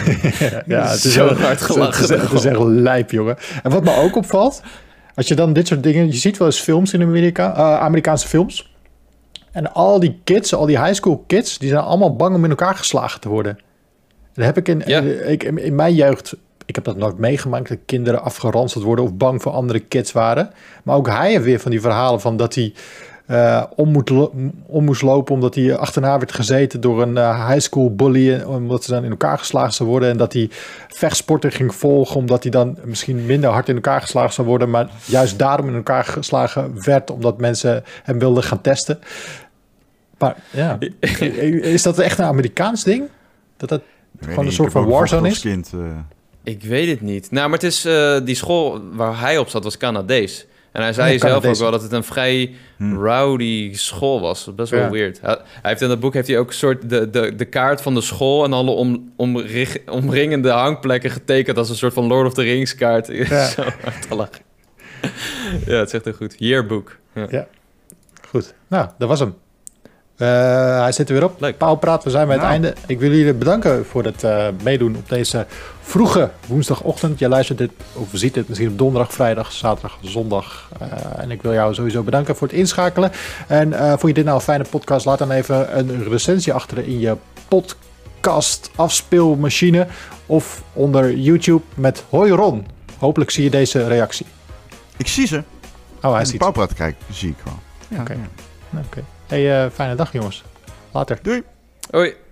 Ja, het is Zo heel- hard gelachen. Het is, het is echt lijp, jongen. En wat me ook opvalt, als je dan dit soort dingen... Je ziet wel eens films in Amerika, uh, Amerikaanse films. En al die kids, al die high school kids, die zijn allemaal bang om in elkaar geslagen te worden. Dat heb ik in, Ja. ik, in, in mijn jeugd... Ik heb dat nooit meegemaakt, dat kinderen afgeranseld worden of bang voor andere kids waren. Maar ook hij heeft weer van die verhalen van dat hij... Uh, om, moet lo- om moest lopen omdat hij achterna werd gezeten door een uh, high school bully, omdat ze dan in elkaar geslagen zou worden en dat hij vechtsporten ging volgen omdat hij dan misschien minder hard in elkaar geslagen zou worden, maar juist daarom in elkaar geslagen werd omdat mensen hem wilden gaan testen. Maar ja, is dat echt een Amerikaans ding? Dat dat gewoon een soort van warzone is? Kind, uh... Ik weet het niet. Nou, maar het is uh, die school waar hij op zat was Canadees. En hij zei Ja, zelf Canadees. ook wel dat het een vrij Hmm. rowdy school was. Best wel Ja. weird. Hij, hij heeft in dat boek heeft hij ook een soort de, de, de kaart van de school en alle om, omrig, omringende hangplekken getekend als een soort van Lord of the Rings kaart. Ja. Zo hard te lachen. Ja, het zegt heel goed. Yearbook. Ja. Ja. Goed, nou, dat was hem. Uh, hij zit er weer op. Leuk. Pauwpraat, we zijn bij het Nou. einde. Ik wil jullie bedanken voor het uh, meedoen op deze vroege woensdagochtend. Je luistert dit, of ziet dit misschien op donderdag, vrijdag, zaterdag, zondag. Uh, en ik wil jou sowieso bedanken voor het inschakelen. En uh, vond je dit nou een fijne podcast? Laat dan even een recensie achter in je podcast afspeelmachine of onder YouTube met Hoi Ron. Hopelijk zie je deze reactie. Ik zie ze. Oh, hij En ziet de pauwpraat kijken, zie ik gewoon. Ja, Oké. ja. het. Oké. Hey, uh, fijne dag jongens. Later. Doei. Hoi.